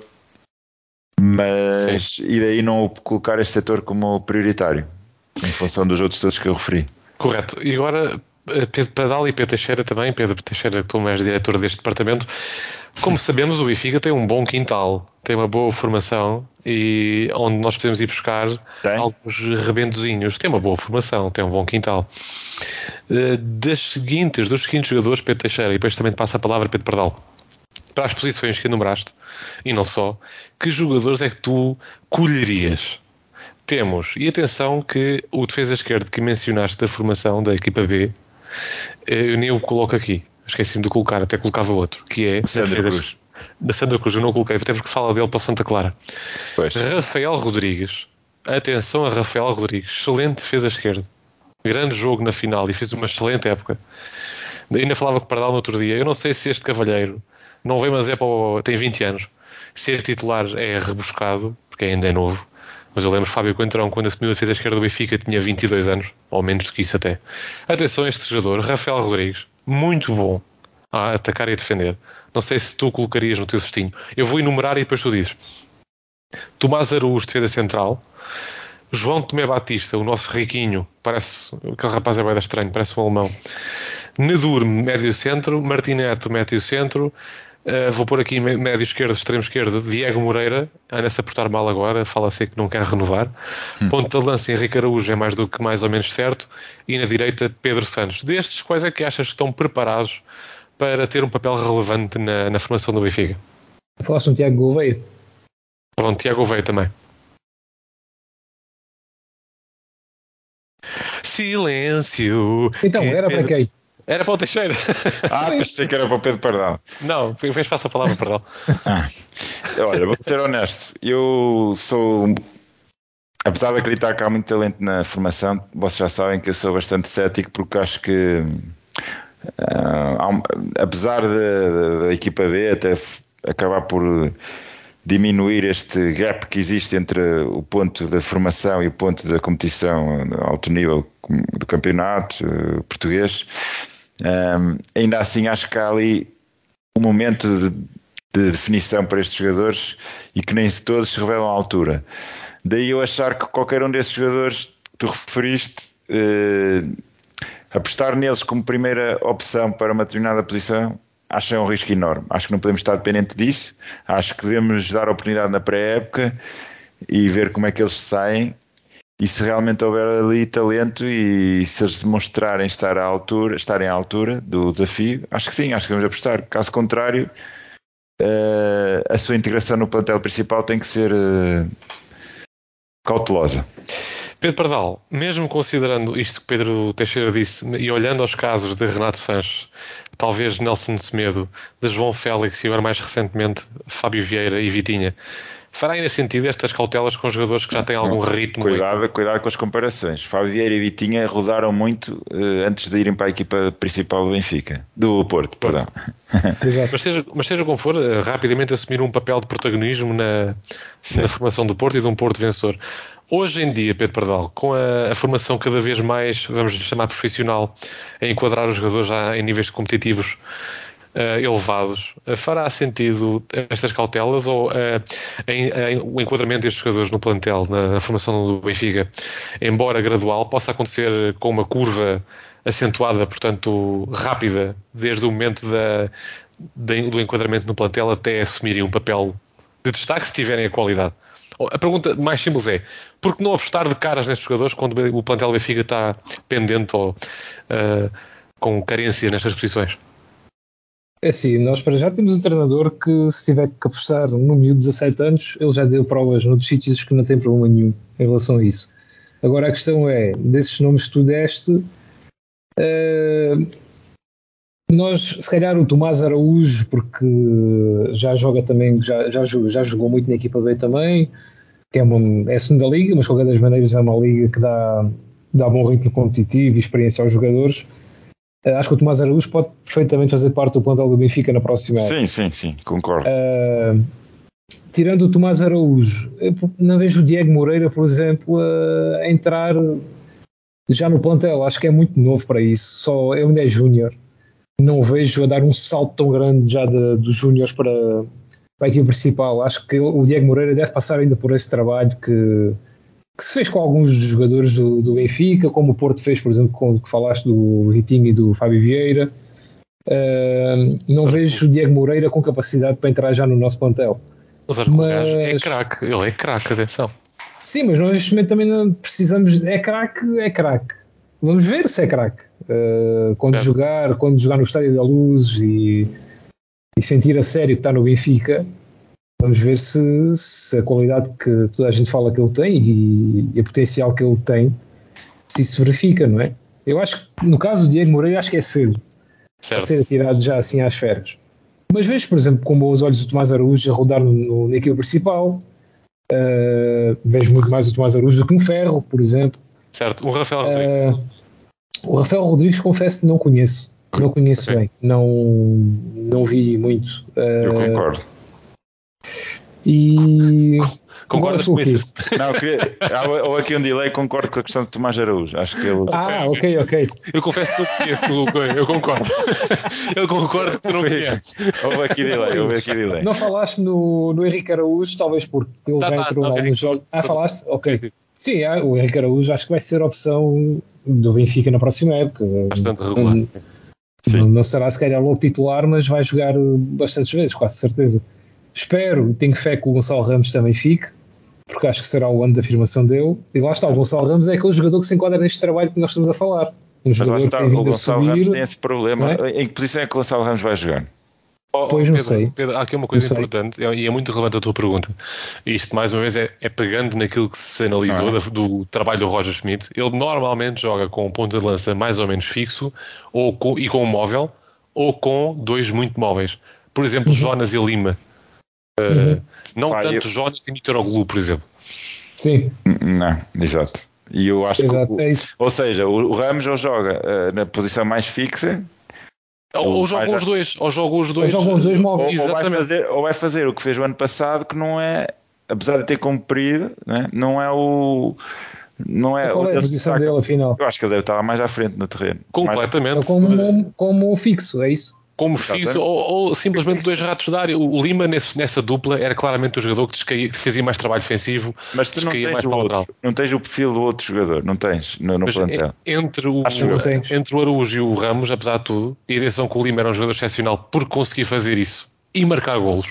mas Sim. e daí não colocar este setor como prioritário, em função dos outros todos que eu referi. Correto. E agora Pedro Pardal e Pedro Teixeira também, Pedro Teixeira, que tu és diretor deste departamento. Como sabemos, o Benfica tem um bom quintal, tem uma boa formação e onde nós podemos ir buscar tem? alguns rebendozinhos. Tem uma boa formação, tem um bom quintal. Das seguintes, dos seguintes jogadores, Pedro Teixeira, e depois também te passo a palavra, Pedro Pardal, para as posições que enumeraste, e não só, que jogadores é que tu colherias? Temos, e atenção que o defesa esquerdo que mencionaste da formação da equipa B, eu nem o coloco aqui, esqueci-me de colocar, até colocava outro, que é Sandra Cruz. Da Sandra Cruz, eu não coloquei, até porque se fala dele para o Santa Clara. Pois. Rafael Rodrigues, atenção a Rafael Rodrigues, excelente defesa esquerdo, grande jogo na final e fez uma excelente época. Ainda falava com o Pardal no outro dia, eu não sei se este cavalheiro não vem, mas é para o, tem vinte anos, ser titular é rebuscado, porque ainda é novo. Mas eu lembro Fábio Coentrão, quando assumiu a defesa esquerda do Benfica, tinha vinte e dois anos, ou menos do que isso até. Atenção a este jogador, Rafael Rodrigues, muito bom a atacar e a defender. Não sei se tu colocarias no teu cestinho. Eu vou enumerar e depois tu dizes. Tomás Araújo, defesa central. João Tomé Batista, o nosso riquinho, parece, aquele rapaz é bem estranho, parece um alemão. Nedur, médio centro. Martinete, médio centro. Uh, vou pôr aqui médio esquerdo, extremo esquerdo, Diego Moreira, anda-se a portar mal agora, fala-se que não quer renovar. Hum. Ponta de lança, Henrique Araújo é mais do que mais ou menos certo. E na direita, Pedro Santos. Destes, quais é que achas que estão preparados para ter um papel relevante na, na formação do Benfica? Falaste um Tiago Gouveia? Pronto, Tiago Gouveia também. Silêncio. Então, era Pedro... para quem? Era para o Teixeira. Ah, pensei que era para o Pedro Pardal. Não, vez faça a palavra, Pardal. Ah, olha, vou ser honesto. Eu sou, apesar de acreditar que há muito talento na formação, vocês já sabem que eu sou bastante cético, porque acho que, uh, apesar da equipa B até acabar por diminuir este gap que existe entre o ponto da formação e o ponto da competição a alto nível do campeonato uh, português, Um, ainda assim acho que há ali um momento de, de definição para estes jogadores e que nem se todos se revelam à altura. Daí eu achar que qualquer um desses jogadores que tu referiste, eh, apostar neles como primeira opção para uma determinada posição, acho que é um risco enorme. Acho que não podemos estar dependente disso. Acho que devemos dar oportunidade na pré-época e ver como é que eles saem. E se realmente houver ali talento e se eles demonstrarem estar à altura, estarem à altura do desafio, acho que sim, acho que vamos apostar. Caso contrário, uh, a sua integração no plantel principal tem que ser uh, cautelosa. Pedro Pardal, mesmo considerando isto que Pedro Teixeira disse e olhando aos casos de Renato Sanches, talvez Nelson Semedo, de João Félix e agora mais recentemente Fábio Vieira e Vitinha, fará ainda sentido estas cautelas com jogadores que já têm algum ritmo? Cuidado, cuidado com as comparações. Fábio Vieira e Vitinha rodaram muito uh, antes de irem para a equipa principal do Benfica, do Porto, perdão. mas, seja, mas seja como for, uh, rapidamente assumir um papel de protagonismo na, na formação do Porto e de um Porto vencedor. Hoje em dia, Pedro Pardal, com a, a formação cada vez mais, vamos chamar profissional, a enquadrar os jogadores já em níveis competitivos, uh, elevados, uh, fará sentido estas cautelas ou uh, em, em, o enquadramento destes jogadores no plantel, na, na formação do Benfica, embora gradual, possa acontecer com uma curva acentuada, portanto rápida, desde o momento da, da, do enquadramento no plantel até assumirem um papel de destaque se tiverem a qualidade. A pergunta mais simples é: por que não apostar de caras nestes jogadores quando o plantel do Benfica está pendente ou uh, com carência nestas posições? É assim, nós para já temos um treinador que, se tiver que apostar no miúdo de dezassete anos, ele já deu provas noutros sítios que não tem problema nenhum em relação a isso. Agora a questão é, desses nomes que tu deste, uh, nós, se calhar o Tomás Araújo, porque já joga também, já, já, jogou, já jogou muito na equipa B também, que é, uma, é a segunda liga, mas de qualquer das maneiras é uma liga que dá, dá bom ritmo competitivo e experiência aos jogadores. Uh, acho que o Tomás Araújo pode perfeitamente fazer parte do plantel do Benfica na próxima época. Sim, sim, sim, concordo. Uh, tirando o Tomás Araújo, não vejo o Diego Moreira, por exemplo, uh, a entrar já no plantel. Acho que é muito novo para isso. Só ele ainda é júnior. Não o vejo a dar um salto tão grande já de, dos júniores para, para a equipe principal. Acho que o Diego Moreira deve passar ainda por esse trabalho que, que se fez com alguns dos jogadores do, do Benfica, como o Porto fez, por exemplo, com o que falaste do Vitinho e do Fábio Vieira. Uh, não vejo o Diego Moreira com capacidade para entrar já no nosso plantel. Mas, mas é craque, ele é craque, atenção. Sim, mas nós neste momento também não precisamos. É craque, é craque. Vamos ver se é craque. Uh, quando, é. jogar, quando jogar no Estádio da Luz e, e sentir a sério que está no Benfica, vamos ver se, se a qualidade que toda a gente fala que ele tem e, e o potencial que ele tem, se isso se verifica, não é? Eu acho que no caso do Diego Moreira, acho que é cedo a ser atirado já assim às férias. Mas vejo, por exemplo, com bons olhos o Tomás Araújo a rodar no, no, na equipa principal. Uh, vejo muito mais o Tomás Araújo do que um Ferro, por exemplo. Certo, o Rafael Rodrigues. Uh, o Rafael Rodrigues, confesso que não conheço. Não conheço okay. bem. Não, não vi muito. Uh, Eu concordo. E... Concordas com isso? Não, queria, ou aqui um delay, concordo com a questão de Tomás Araújo. Acho que ele... Ah, ok, ok. Eu confesso que não conheço o Lucas, eu concordo. Eu concordo que tu não conheces. Houve aqui delay, houve aqui delay. Não falaste no, no Henrique Araújo, talvez porque ele tá, já entrou tá, okay. alguns jogos. Ah, falaste? Ok. Sim, sim. Sim, o Henrique Araújo acho que vai ser a opção do Benfica na próxima época. Bastante regular. Não, não, não será se calhar logo titular, mas vai jogar bastantes vezes, quase certeza. Espero, tenho fé que o Gonçalo Ramos também fique, porque acho que será o ano da afirmação dele. E lá está, o Gonçalo Ramos é aquele jogador que se enquadra neste trabalho que nós estamos a falar. Um mas jogador lá está, que tem vindo o Gonçalo a subir, Ramos tem esse problema. É? Em que posição é que o Gonçalo Ramos vai jogar? Oh, pois oh, não Pedro, sei. Pedro, há aqui uma coisa importante e é muito relevante a tua pergunta. Isto, mais uma vez, é, é pegando naquilo que se analisou ah. do, do trabalho do Roger Schmidt. Ele normalmente joga com um ponto de lança mais ou menos fixo ou com, e com um móvel, ou com dois muito móveis. Por exemplo, uhum. Jonas e Lima. Uh, uhum. Não ah, tanto eu... Jonas e Mitroglou, por exemplo. Sim. Não, exato. E eu acho exato, que... O, é isso. Ou seja, o, o Ramos ou joga uh, na posição mais fixa... Ou, ou jogam os dois, ou jogam os dois, ou jogam os dois móveis. Ou, ou, vai fazer, ou vai fazer o que fez o ano passado, que não é, apesar de ter cumprido, não é, não é o. Não é, qual é a posição dele, afinal? Eu acho que ele deve estar mais à frente no terreno. Completamente. Mais... Como, como fixo, é isso? Como fixo, ou, ou simplesmente dois ratos de área. O Lima nesse, nessa dupla era claramente o jogador que, descaía, que fazia mais trabalho defensivo. Mas tu não tens, mais o outro, não tens o perfil do outro jogador, não tens no, no plantel. Entre o, entre o Araújo e o Ramos, apesar de tudo, a direção que o Lima era um jogador excepcional por conseguir fazer isso e marcar golos.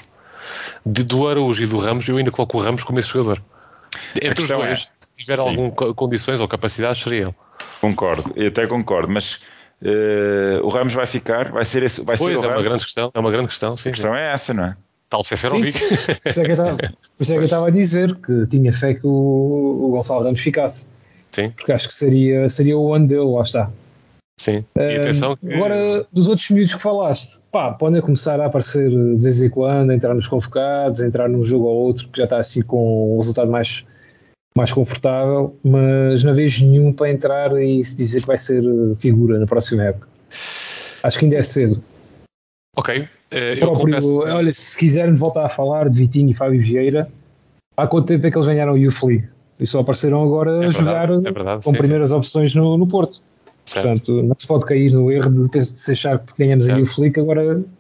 De, do Araújo e do Ramos, eu ainda coloco o Ramos como esse jogador. Entre os dois, é, se tiver algumas condições ou capacidades, seria ele. Concordo, eu até concordo, mas... Uh, o Ramos vai ficar, vai ser esse, vai pois, ser é o uma grande questão, é uma grande questão, sim. A questão sim. é essa, não é? Tal Seferovic. Por isso é que eu estava, por isso é que eu estava a dizer que tinha fé que o, o Gonçalo Ramos ficasse. Sim. Porque acho que seria, seria o ano dele, lá está. Sim. E atenção que... Agora, dos outros miúdos que falaste, pá, podem começar a aparecer de vez em quando, a entrar nos convocados, a entrar num jogo ou outro que já está assim com um resultado mais, mais confortável, mas não vejo nenhum para entrar e se dizer que vai ser figura na próxima época. Acho que ainda é cedo. Ok. Uh, eu próprio, confesso... Olha, se quisermos voltar a falar de Vitinho e Fábio Vieira, há quanto tempo é que eles ganharam o Youth League? E só apareceram agora é a verdade, jogar é verdade, com sim, primeiras sim. opções no, no Porto. Certo. Portanto, não se pode cair no erro de, de se achar que ganhamos certo. a Youth League, agora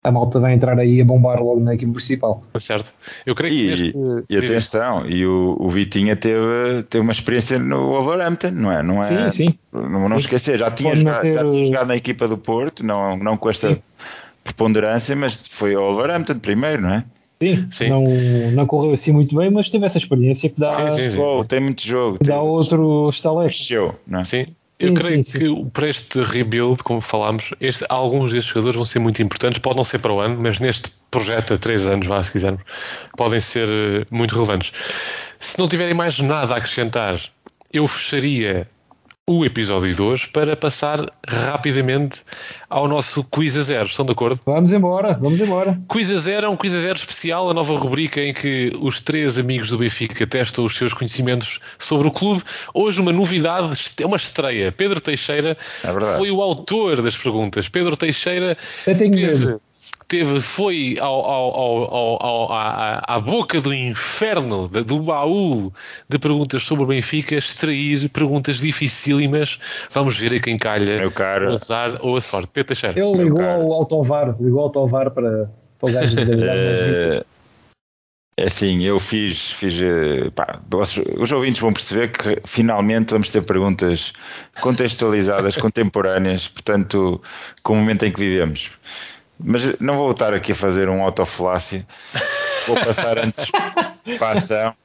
a malta vai entrar aí a bombar logo na equipe principal. Certo. Eu creio e, que este... e atenção, e o, o Vitinha teve, teve uma experiência no Wolverhampton, não é? Não é sim, sim. Não, não sim. esquecer, já tinha, jogado, ter... já tinha jogado na equipa do Porto, não, não com esta sim. preponderância, mas foi ao Wolverhampton primeiro, não é? Sim, sim. Não, não correu assim muito bem, mas teve essa experiência que dá. Sim, sim, sim. Oh, tem muito jogo. Dá tem outro estaleco. Show, não é? Sim. Eu sim, creio sim, que sim. para este rebuild, como falámos, este, alguns destes jogadores vão ser muito importantes. Pode não ser para o ano, mas neste projeto a três anos, vá, se quisermos, podem ser muito relevantes. Se não tiverem mais nada a acrescentar, eu fecharia o episódio de hoje para passar rapidamente ao nosso Quiz a Zero. Estão de acordo? Vamos embora, vamos embora. Quiz a Zero é um Quiz a Zero especial, a nova rubrica em que os três amigos do Benfica testam os seus conhecimentos sobre o clube. Hoje uma novidade, é uma estreia. Pedro Teixeira é foi o autor das perguntas. Pedro Teixeira Eu tenho teve... medo. Teve, foi ao, ao, ao, ao, à, à boca do inferno, do baú de perguntas sobre o Benfica, extrair perguntas dificílimas. Vamos ver a quem calha o azar ou a sorte. Pedro Teixeira. Ele ligou ao autovar, ligou ao autovar para, para o gajo de é, é assim, eu fiz, fiz pá, os ouvintes vão perceber que finalmente vamos ter perguntas contextualizadas, contemporâneas, portanto, com o momento em que vivemos. Mas não vou estar aqui a fazer um autofalácia, vou passar antes para a ação.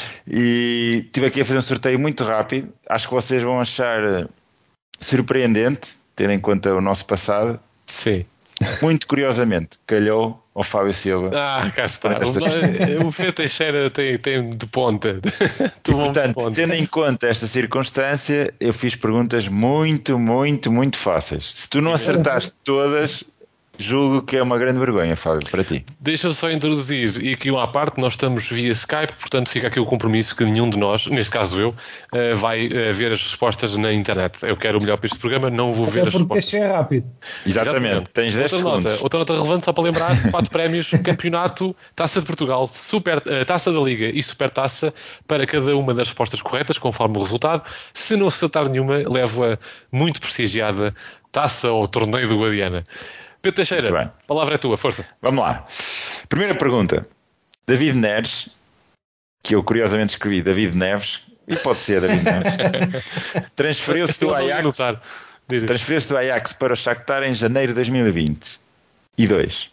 E estive aqui a fazer um sorteio muito rápido. Acho que vocês vão achar surpreendente, tendo em conta o nosso passado. Sim. Muito curiosamente, calhou ao Fábio Silva. Ah, cá está. O Fê Teixeira tem, tem de ponta. E, portanto, de ponta. Tendo em conta esta circunstância, eu fiz perguntas muito, muito, muito fáceis. Se tu não acertaste todas... Julgo que é uma grande vergonha, Fábio, para ti. Deixa-me só introduzir, e aqui uma parte, nós estamos via Skype, portanto fica aqui o compromisso que nenhum de nós, neste caso eu, vai ver as respostas na internet. Eu quero o melhor para este programa, não vou ver as respostas. Porque é rápido. Exatamente, Exatamente. Tens dez outra segundos. Nota, outra nota relevante, só para lembrar, quatro prémios, campeonato, Taça de Portugal, super, Taça da Liga e Super Taça para cada uma das respostas corretas, conforme o resultado. Se não acertar nenhuma, levo-a muito prestigiada Taça ou Torneio do Guadiana. Pedro Teixeira, a palavra é tua, força. Vamos lá. Primeira pergunta. David Neres, que eu curiosamente escrevi David Neves, e pode ser David Neves, transferiu-se do Ajax, transferiu-se do Ajax para o Shakhtar em janeiro de dois mil e vinte e dois.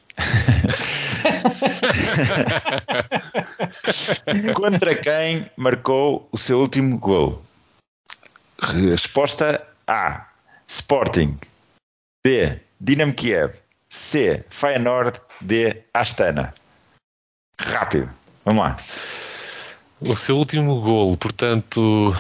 Contra quem marcou o seu último gol? Resposta A. Sporting. B. Dinamo Kiev. C. Feyenoord. D. Astana. Rápido. Vamos lá. O seu último golo, portanto...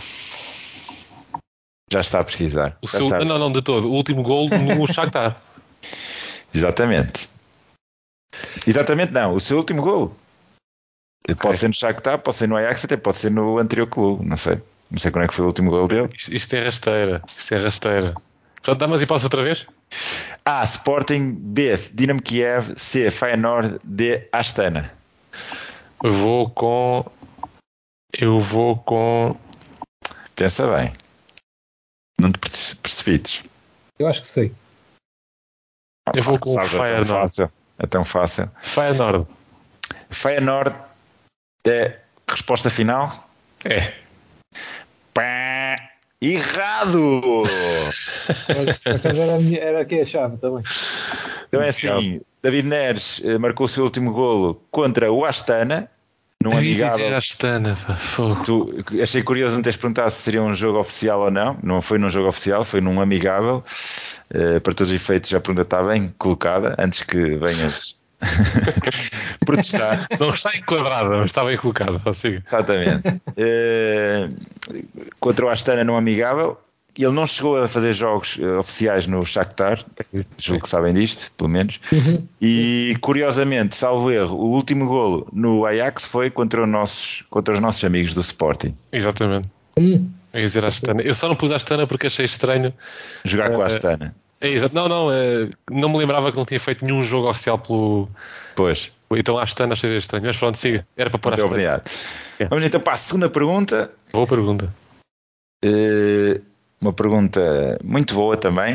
Já está a pesquisar. O seu... Não, não, de todo. O último golo no Shakhtar. Exatamente. Exatamente não. O seu último golo. Okay. Pode ser no Shakhtar, pode ser no Ajax, até pode ser no anterior clube. Não sei. Não sei quando é que foi o último golo dele. Isto, isto é rasteira. Isto é rasteira. Portanto, dá-me as hipóteses outra vez? A. Sporting. B. Dinamo Kiev. C. Feyenoord. D. Astana. Eu vou com... Eu vou com... Pensa bem. Não te precipites. Eu acho que sei. Eu vou com o Feyenoord. É tão fácil. É tão fácil. Feyenoord. Feyenoord é resposta final? É. Pá, errado! Era, minha, era aqui a chave também. Então é assim, David Neres marcou o seu último golo contra o Astana, num amigável. Astana, fogo. Tu, achei curioso não teres perguntado se seria um jogo oficial ou não. Não foi num jogo oficial, foi num amigável. Uh, para todos os efeitos, a pergunta está bem colocada, antes que venhas protestar. Não está enquadrada, mas está bem colocada. Exatamente. Uh, contra o Astana num amigável. Ele não chegou a fazer jogos uh, oficiais no Shakhtar, julgo que sabem disto, pelo menos. Uhum. E curiosamente, salvo erro, o último golo no Ajax foi contra, o nossos, contra os nossos amigos do Sporting. Exatamente. Uhum. Eu ia dizer a Astana. Eu só não pus a Astana porque achei estranho jogar uh, com a Astana. É exato. Não, não, uh, não me lembrava que não tinha feito nenhum jogo oficial pelo. Pois. Então a Astana achei estranho. Mas pronto, siga. Era para pôr a Astana. Obrigado. É. Vamos então para a segunda pergunta. Boa pergunta. Uh, uma pergunta muito boa também.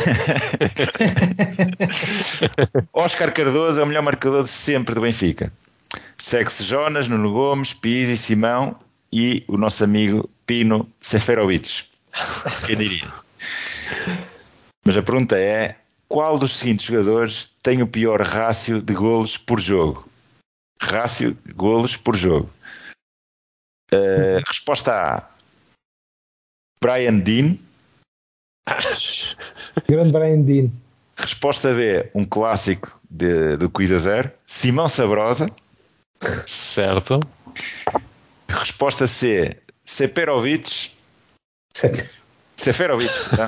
Oscar Cardoso é o melhor marcador de sempre do Benfica. Segue-se Jonas, Nuno Gomes, Pizzi, Simão e o nosso amigo Pino Seferovic. Quem diria? Mas a pergunta é: qual dos seguintes jogadores tem o pior rácio de golos por jogo? Rácio de golos por jogo. Uh, resposta A: Brian Dean. Grande Brian Dean. Resposta B: um clássico de, do Quiz a Zero, Simão Sabrosa. Certo. Resposta C: Seferovic. Certo. Seferovic. Tá?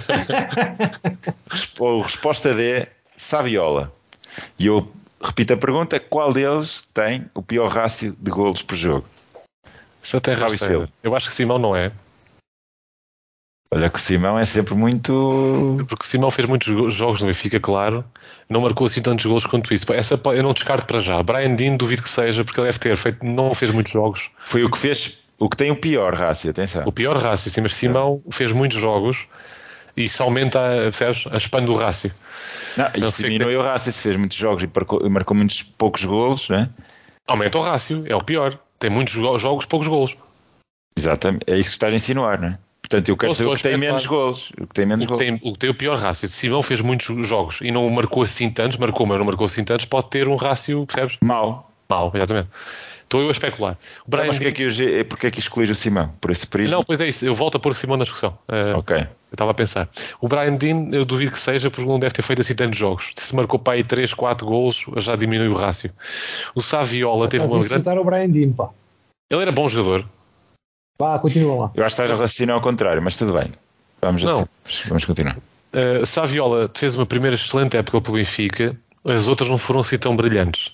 Ou resposta D: Saviola. E eu repito a pergunta: qual deles tem o pior rácio de golos por jogo? Isso até rasteira. Eu acho que Simão não é. Olha que o Simão é sempre muito... Porque o Simão fez muitos jogos no Benfica, claro. Não marcou assim tantos golos quanto isso. Essa eu não descarto para já. Brian Dean duvido que seja, porque ele deve ter feito, não fez muitos jogos. Foi o que fez, o que tem o pior rácio, atenção. O pior rácio, sim, mas Simão fez muitos jogos e isso aumenta, percebes, a expande o rácio. Não, isso diminuiu tem... o rácio, se fez muitos jogos e marcou, e marcou muitos poucos golos, né? Aumenta o rácio, é o pior. Tem muitos jogos, poucos golos. Exatamente, é isso que estás a insinuar, não é? Portanto, eu quero saber o que tem menos golos. O que tem menos golos. O que tem o pior rácio. Se Simão fez muitos jogos e não marcou assim tantos, marcou, mas não marcou assim tantos, pode ter um rácio, percebes? Mau. Mau, exatamente. Estou eu a especular. O Brian mas porquê, Dean... é que eu, porquê é que escolhi o Simão? Por esse período? Não, pois é isso. Eu volto a pôr o Simão na discussão. Uh, ok. Eu estava a pensar. O Brian Dean, eu duvido que seja, porque não deve ter feito assim tantos jogos. Se marcou para aí três, quatro golos, já diminui o rácio. O Saviola teve uma grande... o Brian Dean, pá. Ele era bom jogador. Vá, continua lá. Eu acho que estás a raciocinar ao contrário, mas tudo bem. Vamos, Não. Assim, vamos continuar. Uh, Saviola fez uma primeira excelente época para o Benfica, as outras não foram assim tão brilhantes.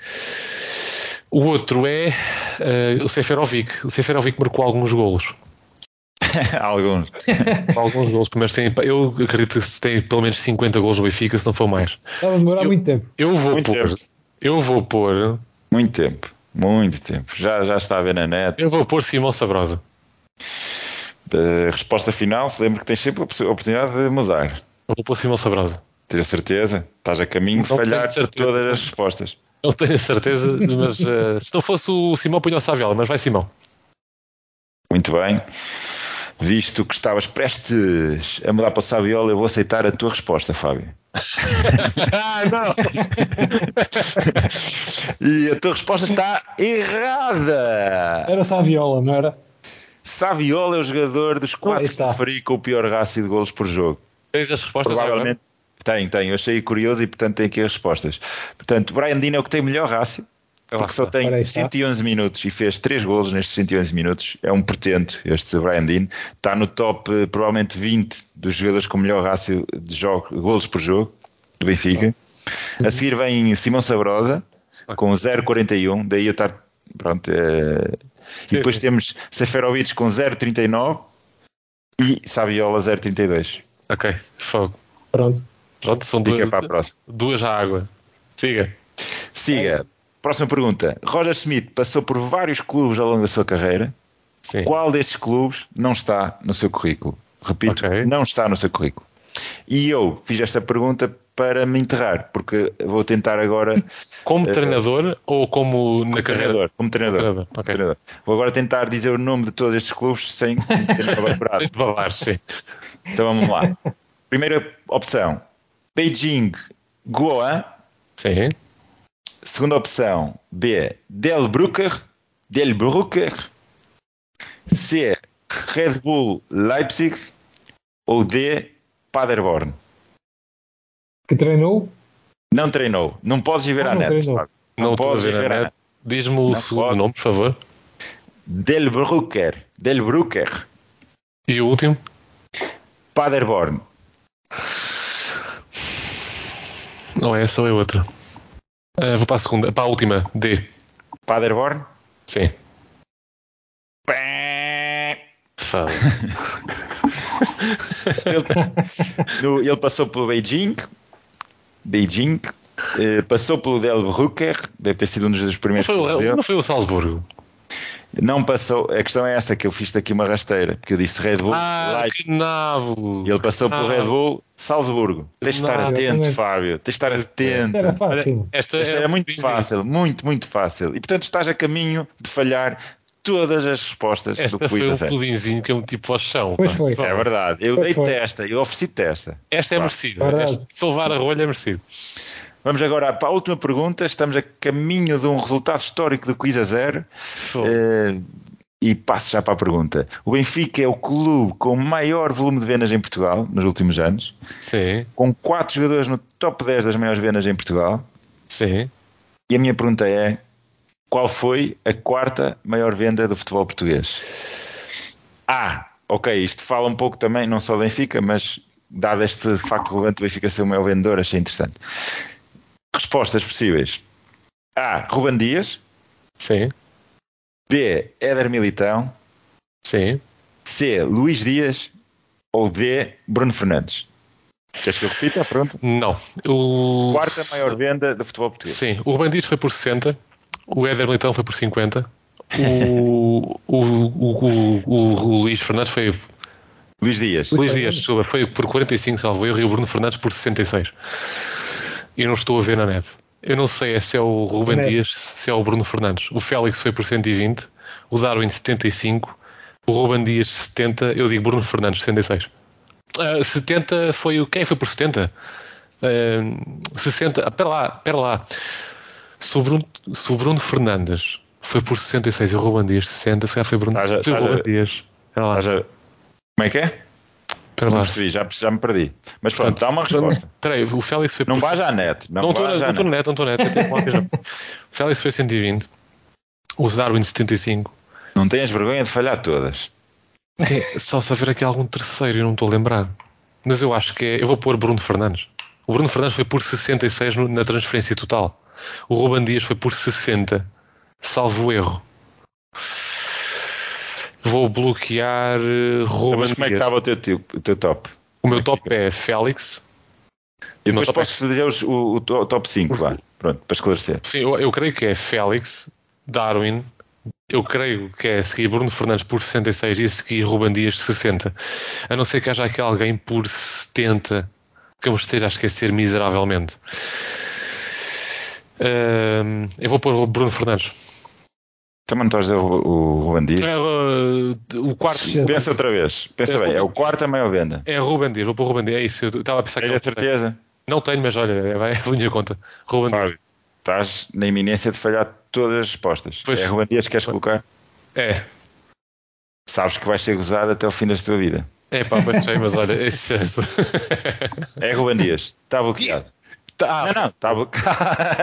O outro é uh, o Seferovic. O Seferovic marcou alguns golos. alguns. alguns golos. Mas tem, eu acredito que tem pelo menos cinquenta golos no Benfica, se não for mais. Estava a demorar eu, muito tempo. Eu vou muito pôr. Tempo. Eu vou pôr. Muito tempo. Muito tempo. Já, já está a ver na net. Eu vou pôr Simão Sabrosa. Uh, resposta final, se lembra que tens sempre a oportunidade de mudar. Eu vou pôr Simão Sabrosa. Tens a certeza? Estás a caminho de falhar todas as respostas. Não tenho a certeza, mas uh, se não fosse o Simão, punha o Saviola, mas vai Simão. Muito bem. Visto que estavas prestes a mudar para o Saviola, eu vou aceitar a tua resposta, Fábio. Ah, não! E a tua resposta está errada! Era Saviola, não era? Saviola é o jogador dos quatro que referi com o pior rácio de golos por jogo. Tens as respostas? Provavelmente. Tenho, tenho. Eu achei curioso e, portanto, tenho aqui as respostas. Portanto, Brian Dean é o que tem o melhor rácio, porque só tem cento e onze minutos e fez três golos nestes cento e onze minutos. É um portento, este Brian Dean. Está no top, provavelmente, vinte dos jogadores com o melhor rácio de jogo, golos por jogo, do Benfica. A seguir vem Simão Sabrosa, com zero vírgula quarenta e um. Daí eu estar... Pronto. É... E depois sim, sim. Temos Seferovic com zero vírgula trinta e nove e Saviola zero vírgula trinta e dois. Ok, fogo. Pronto. Pronto, são duas, para a próxima. duas à água. Siga. Siga. Próxima pergunta. Roger Smith passou por vários clubes ao longo da sua carreira. Sim. Qual destes clubes não está no seu currículo? Repito, okay. Não está no seu currículo. E eu fiz esta pergunta para me enterrar, porque vou tentar agora... Como uh, treinador ou como, como na carreira? Treinador, como treinador. treinador. Okay. treinador. Vou agora tentar dizer o nome de todos estes clubes sem ter elaborado. Sem babar, sim. Então vamos lá. Primeira opção. Beijing Guoan. Sim. Segunda opção, B. Delbrücker. Delbrücker. C. Red Bull Leipzig. Ou D. Paderborn. Que treinou? Não treinou. Não podes ir ver ah, a net. Treinou. Não, não podes ver a net. net. Diz-me o segundo nome, por favor. Delbrücker. Delbrücker. E o último? Paderborn. Não é essa ou é outra? Uh, vou para a segunda, para a última, D. Paderborn? Sim. Fala. ele, ele passou pelo Beijing, Beijing, uh, passou pelo Delbrücker, deve ter sido um dos primeiros. Não foi, o, não foi o Salzburgo? Não passou, a questão é essa, que eu fiz aqui uma rasteira, porque eu disse Red Bull, ah, Leipzig, que nabo. e ele passou pelo Ah. Red Bull, Salzburgo. Tens de estar Não, atento, exatamente. Fábio, tens de estar atento. Era fácil. Esta, Esta é era muito fácil, muito, muito fácil. E portanto estás a caminho de falhar todas as respostas Esta do foi quiz um a sério. pulinzinho que eu meti para o chão. Pois pá. foi. É verdade, eu Foi, dei foi. testa, eu ofereci testa. Esta é Pá. merecida. Verdade. Esta, salvar a rolha é merecido. Vamos agora para a última pergunta. Estamos a caminho de um resultado histórico do quiz a zero. Eh, e passo já para a pergunta. O Benfica é o clube com maior volume de vendas em Portugal nos últimos anos, Sim, com quatro jogadores no top dez das maiores vendas em Portugal. sim. E a minha pergunta é: qual foi a quarta maior venda do futebol português? Ah, ok, isto fala um pouco também, não só do Benfica, mas dado este facto relevante do Benfica ser o maior vendedor, achei interessante. Respostas possíveis: A. Ruben Dias. Sim, B. Éder Militão. sim. C. Luís Dias. Ou D. Bruno Fernandes. Queres que eu repita a pergunta? Não. O... Quarta maior venda do futebol português. Sim, o Ruben Dias foi por sessenta, o Éder Militão foi por cinquenta, o, o, o, o, o, o Luís Fernandes foi... Luís Dias. Luís Dias, desculpa, foi por quarenta e cinco, salvo erro, e o Bruno Fernandes por sessenta e seis. E não estou a ver na net. Eu não sei se é o Ruben Net. Dias, se é o Bruno Fernandes. O Félix foi por cento e vinte, o Darwin setenta e cinco, o Ruben Dias setenta, eu digo Bruno Fernandes sessenta e seis. Uh, setenta foi o... Quem foi por setenta? Uh, sessenta... Ah, pera lá, pera lá. Se o, Bruno, se o Bruno Fernandes foi por sessenta e seis e o Ruben Dias sessenta, se calhar foi, Bruno, Tá, já- foi tá, o Ruben já- Dias. Pera lá, Já- Como é que é? pera Não lá. percebi, já, já me perdi. Mas pronto, dá uma resposta. Espera aí, o Félix foi Não por... vais à net. Não, Não estou vais à não estou net. na net, não estou na net. eu tenho que falar que já- O Félix foi cento e vinte, o Darwin setenta e cinco. Não tens vergonha de falhar todas. Quem- Só se haver aqui algum terceiro, eu não estou a lembrar. Mas eu acho que é... Eu vou pôr Bruno Fernandes. O Bruno Fernandes foi por sessenta e seis no- na transferência total. O Ruben Dias foi por sessenta, salvo erro. Vou bloquear eh, Ruben Mas como é que Dias. estava o teu, tipo- o teu top? O meu top é Félix. E O meu depois top posso dizer os- o, o to- top cinco, vá. Pronto, para esclarecer. Sim, eu, eu creio que é Félix, Darwin. Eu creio que é a seguir Bruno Fernandes por sessenta e seis e a seguir Ruben Dias sessenta. A não ser que haja aqui alguém por setenta que eu me esteja a esquecer miseravelmente. Ahm, eu vou pôr o Bruno Fernandes. Também não estás a dizer o, o Ruben Dias? É, uh, o quarto Pensa outra vez. Pensa É bem, é o Ruben quarto a maior venda. é Ruben Dias. Vou pôr o Ruben Dias. É isso. Eu estava a pensar que Tens a certeza? não tenho, mas olha, é, vai a minha conta. Ruben Dias. Fábio, estás na iminência de falhar todas as respostas. Pois. É Ruben Dias que queres colocar? É. Sabes que vais ser gozado até o fim da tua vida. É pá, mas sei, mas olha, esse É Ruben Dias. Está bloqueado. tá, Não, não, está bloqueado.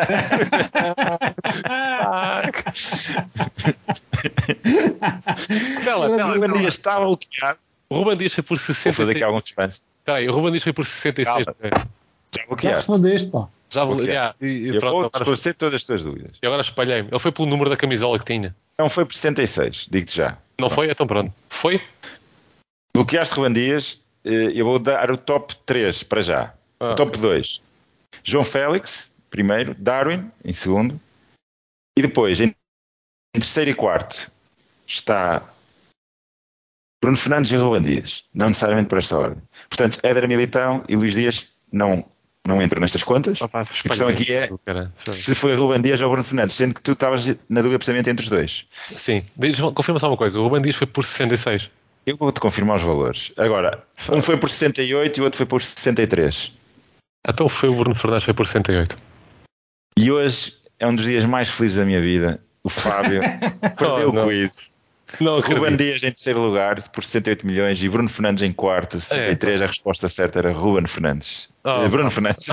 Pela, pela, Ruben Dias está bloqueado. O Ruben Dias foi por Vou sessenta e fazer seis. aqui algum suspense. Espera aí, o Ruben Dias foi por sessenta e seis. Calma. Já Já bloqueado. respondeste, pá. Já vou. Ok. já, e, e Eu pronto, vou agora, esclarecer todas as tuas dúvidas. e agora espalhei-me. Ele foi pelo número da camisola que tinha. Não foi por sessenta e seis, digo-te já. Não foi? Então pronto. Foi? Bloqueaste Ruben Dias, eh, eu vou dar o top três para já. Ah, o top dois. João Félix, primeiro. Darwin, em segundo. E depois, em em terceiro e quarto, está Bruno Fernandes e Ruben Dias. Não necessariamente por esta ordem. Portanto, Éder Militão e Luís Dias não, não entram nestas contas. Opa, A questão aqui é cara. se foi Ruben Dias ou Bruno Fernandes, sendo que tu estavas na dúvida precisamente entre os dois. Sim, diz- confirma só uma coisa. O Ruben Dias foi por sessenta e seis. Eu vou-te confirmar os valores. Agora, um foi por sessenta e oito e o outro foi por sessenta e três. Então foi o Bruno Fernandes, foi por sessenta e oito. E hoje é um dos dias mais felizes da minha vida. O Fábio perdeu Oh, não. o quiz. Não Ruben Dias em terceiro lugar por sessenta e oito milhões e Bruno Fernandes em quarto, sessenta e três. A resposta certa era Ruben Fernandes. Oh, Eh, Bruno Fernandes.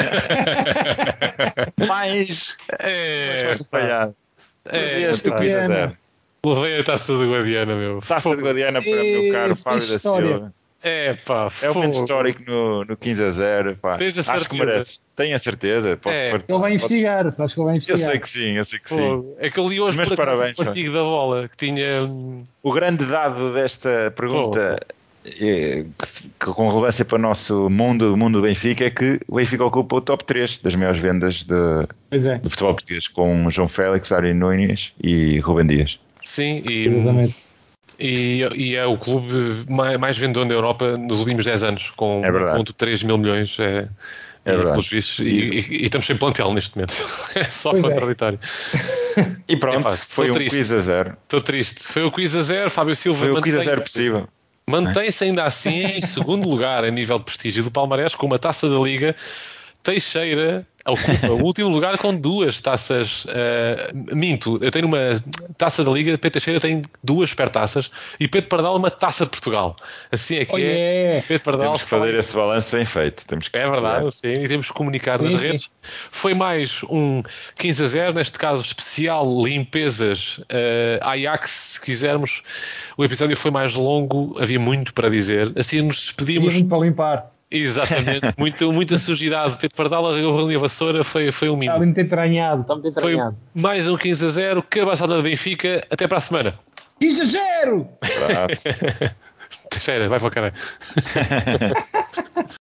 Mais É, resposta falhada. é, Este pá. quiz a zero. levei a taça do Guadiana, meu. Taça de Guadiana para o meu Ei, caro que Fábio da história. Silva. É pá, É um momento fogo. histórico no, no quinze a zero. Pá. Tens a Acho que certeza? mereces. Tenho a certeza. Posso É. partir- Ele vai podes- investigar, sabes que ele vai Eu investigar. sei que sim, eu sei que sim. Fogo. É que eu li hoje Mas por acaso parabéns, um artigo da bola que tinha. hum, O grande dado desta pergunta, eh, que, que com relevância para o nosso mundo, o mundo do Benfica, é que o Benfica ocupa o top três das maiores vendas de, Pois é. do futebol português, com João Félix, Darwin Nunes e Ruben Dias. Sim, e, Exatamente. e, e é o clube mais, mais vendedor da Europa nos últimos dez anos, com É um verdade. vírgula três mil milhões. É, É e, verdade. pelos vistos, e, e, e estamos sem plantel neste momento. É só Pois é. contraditório. E pronto, Epá, foi tô um triste. quiz a zero. Estou triste. Foi o quiz a zero. Fábio Silva Foi o quiz a mantém-se- zero possível. mantém-se ainda assim em segundo lugar a nível de prestígio do Palmarés, com uma taça da Liga. Teixeira ocupa o último lugar com duas taças. Uh, minto, eu tenho uma taça da Liga, Pedro Teixeira tem duas supertaças e Pedro Pardal uma taça de Portugal. Assim é que Oh, é. yeah. Pedro Pardal Temos que fazer esse balanço bem feito. Temos que É verdade, sim, e temos que comunicar Sim, nas sim. redes. Foi mais um quinze a zero, neste caso especial, limpezas, uh, Ajax, se quisermos. O episódio foi mais longo, havia muito para dizer. Assim nos Tinha despedimos. muito para limpar. Exatamente, muito, muita sujidade. Pedro Pardal arregou a vassoura, foi, foi um Está mimo. muito entranhado. Está muito Foi entranhado. mais um quinze a zero, cabaçada do Benfica. Até para a semana. Exagero! Exato. Teixeira, vai para o caralho.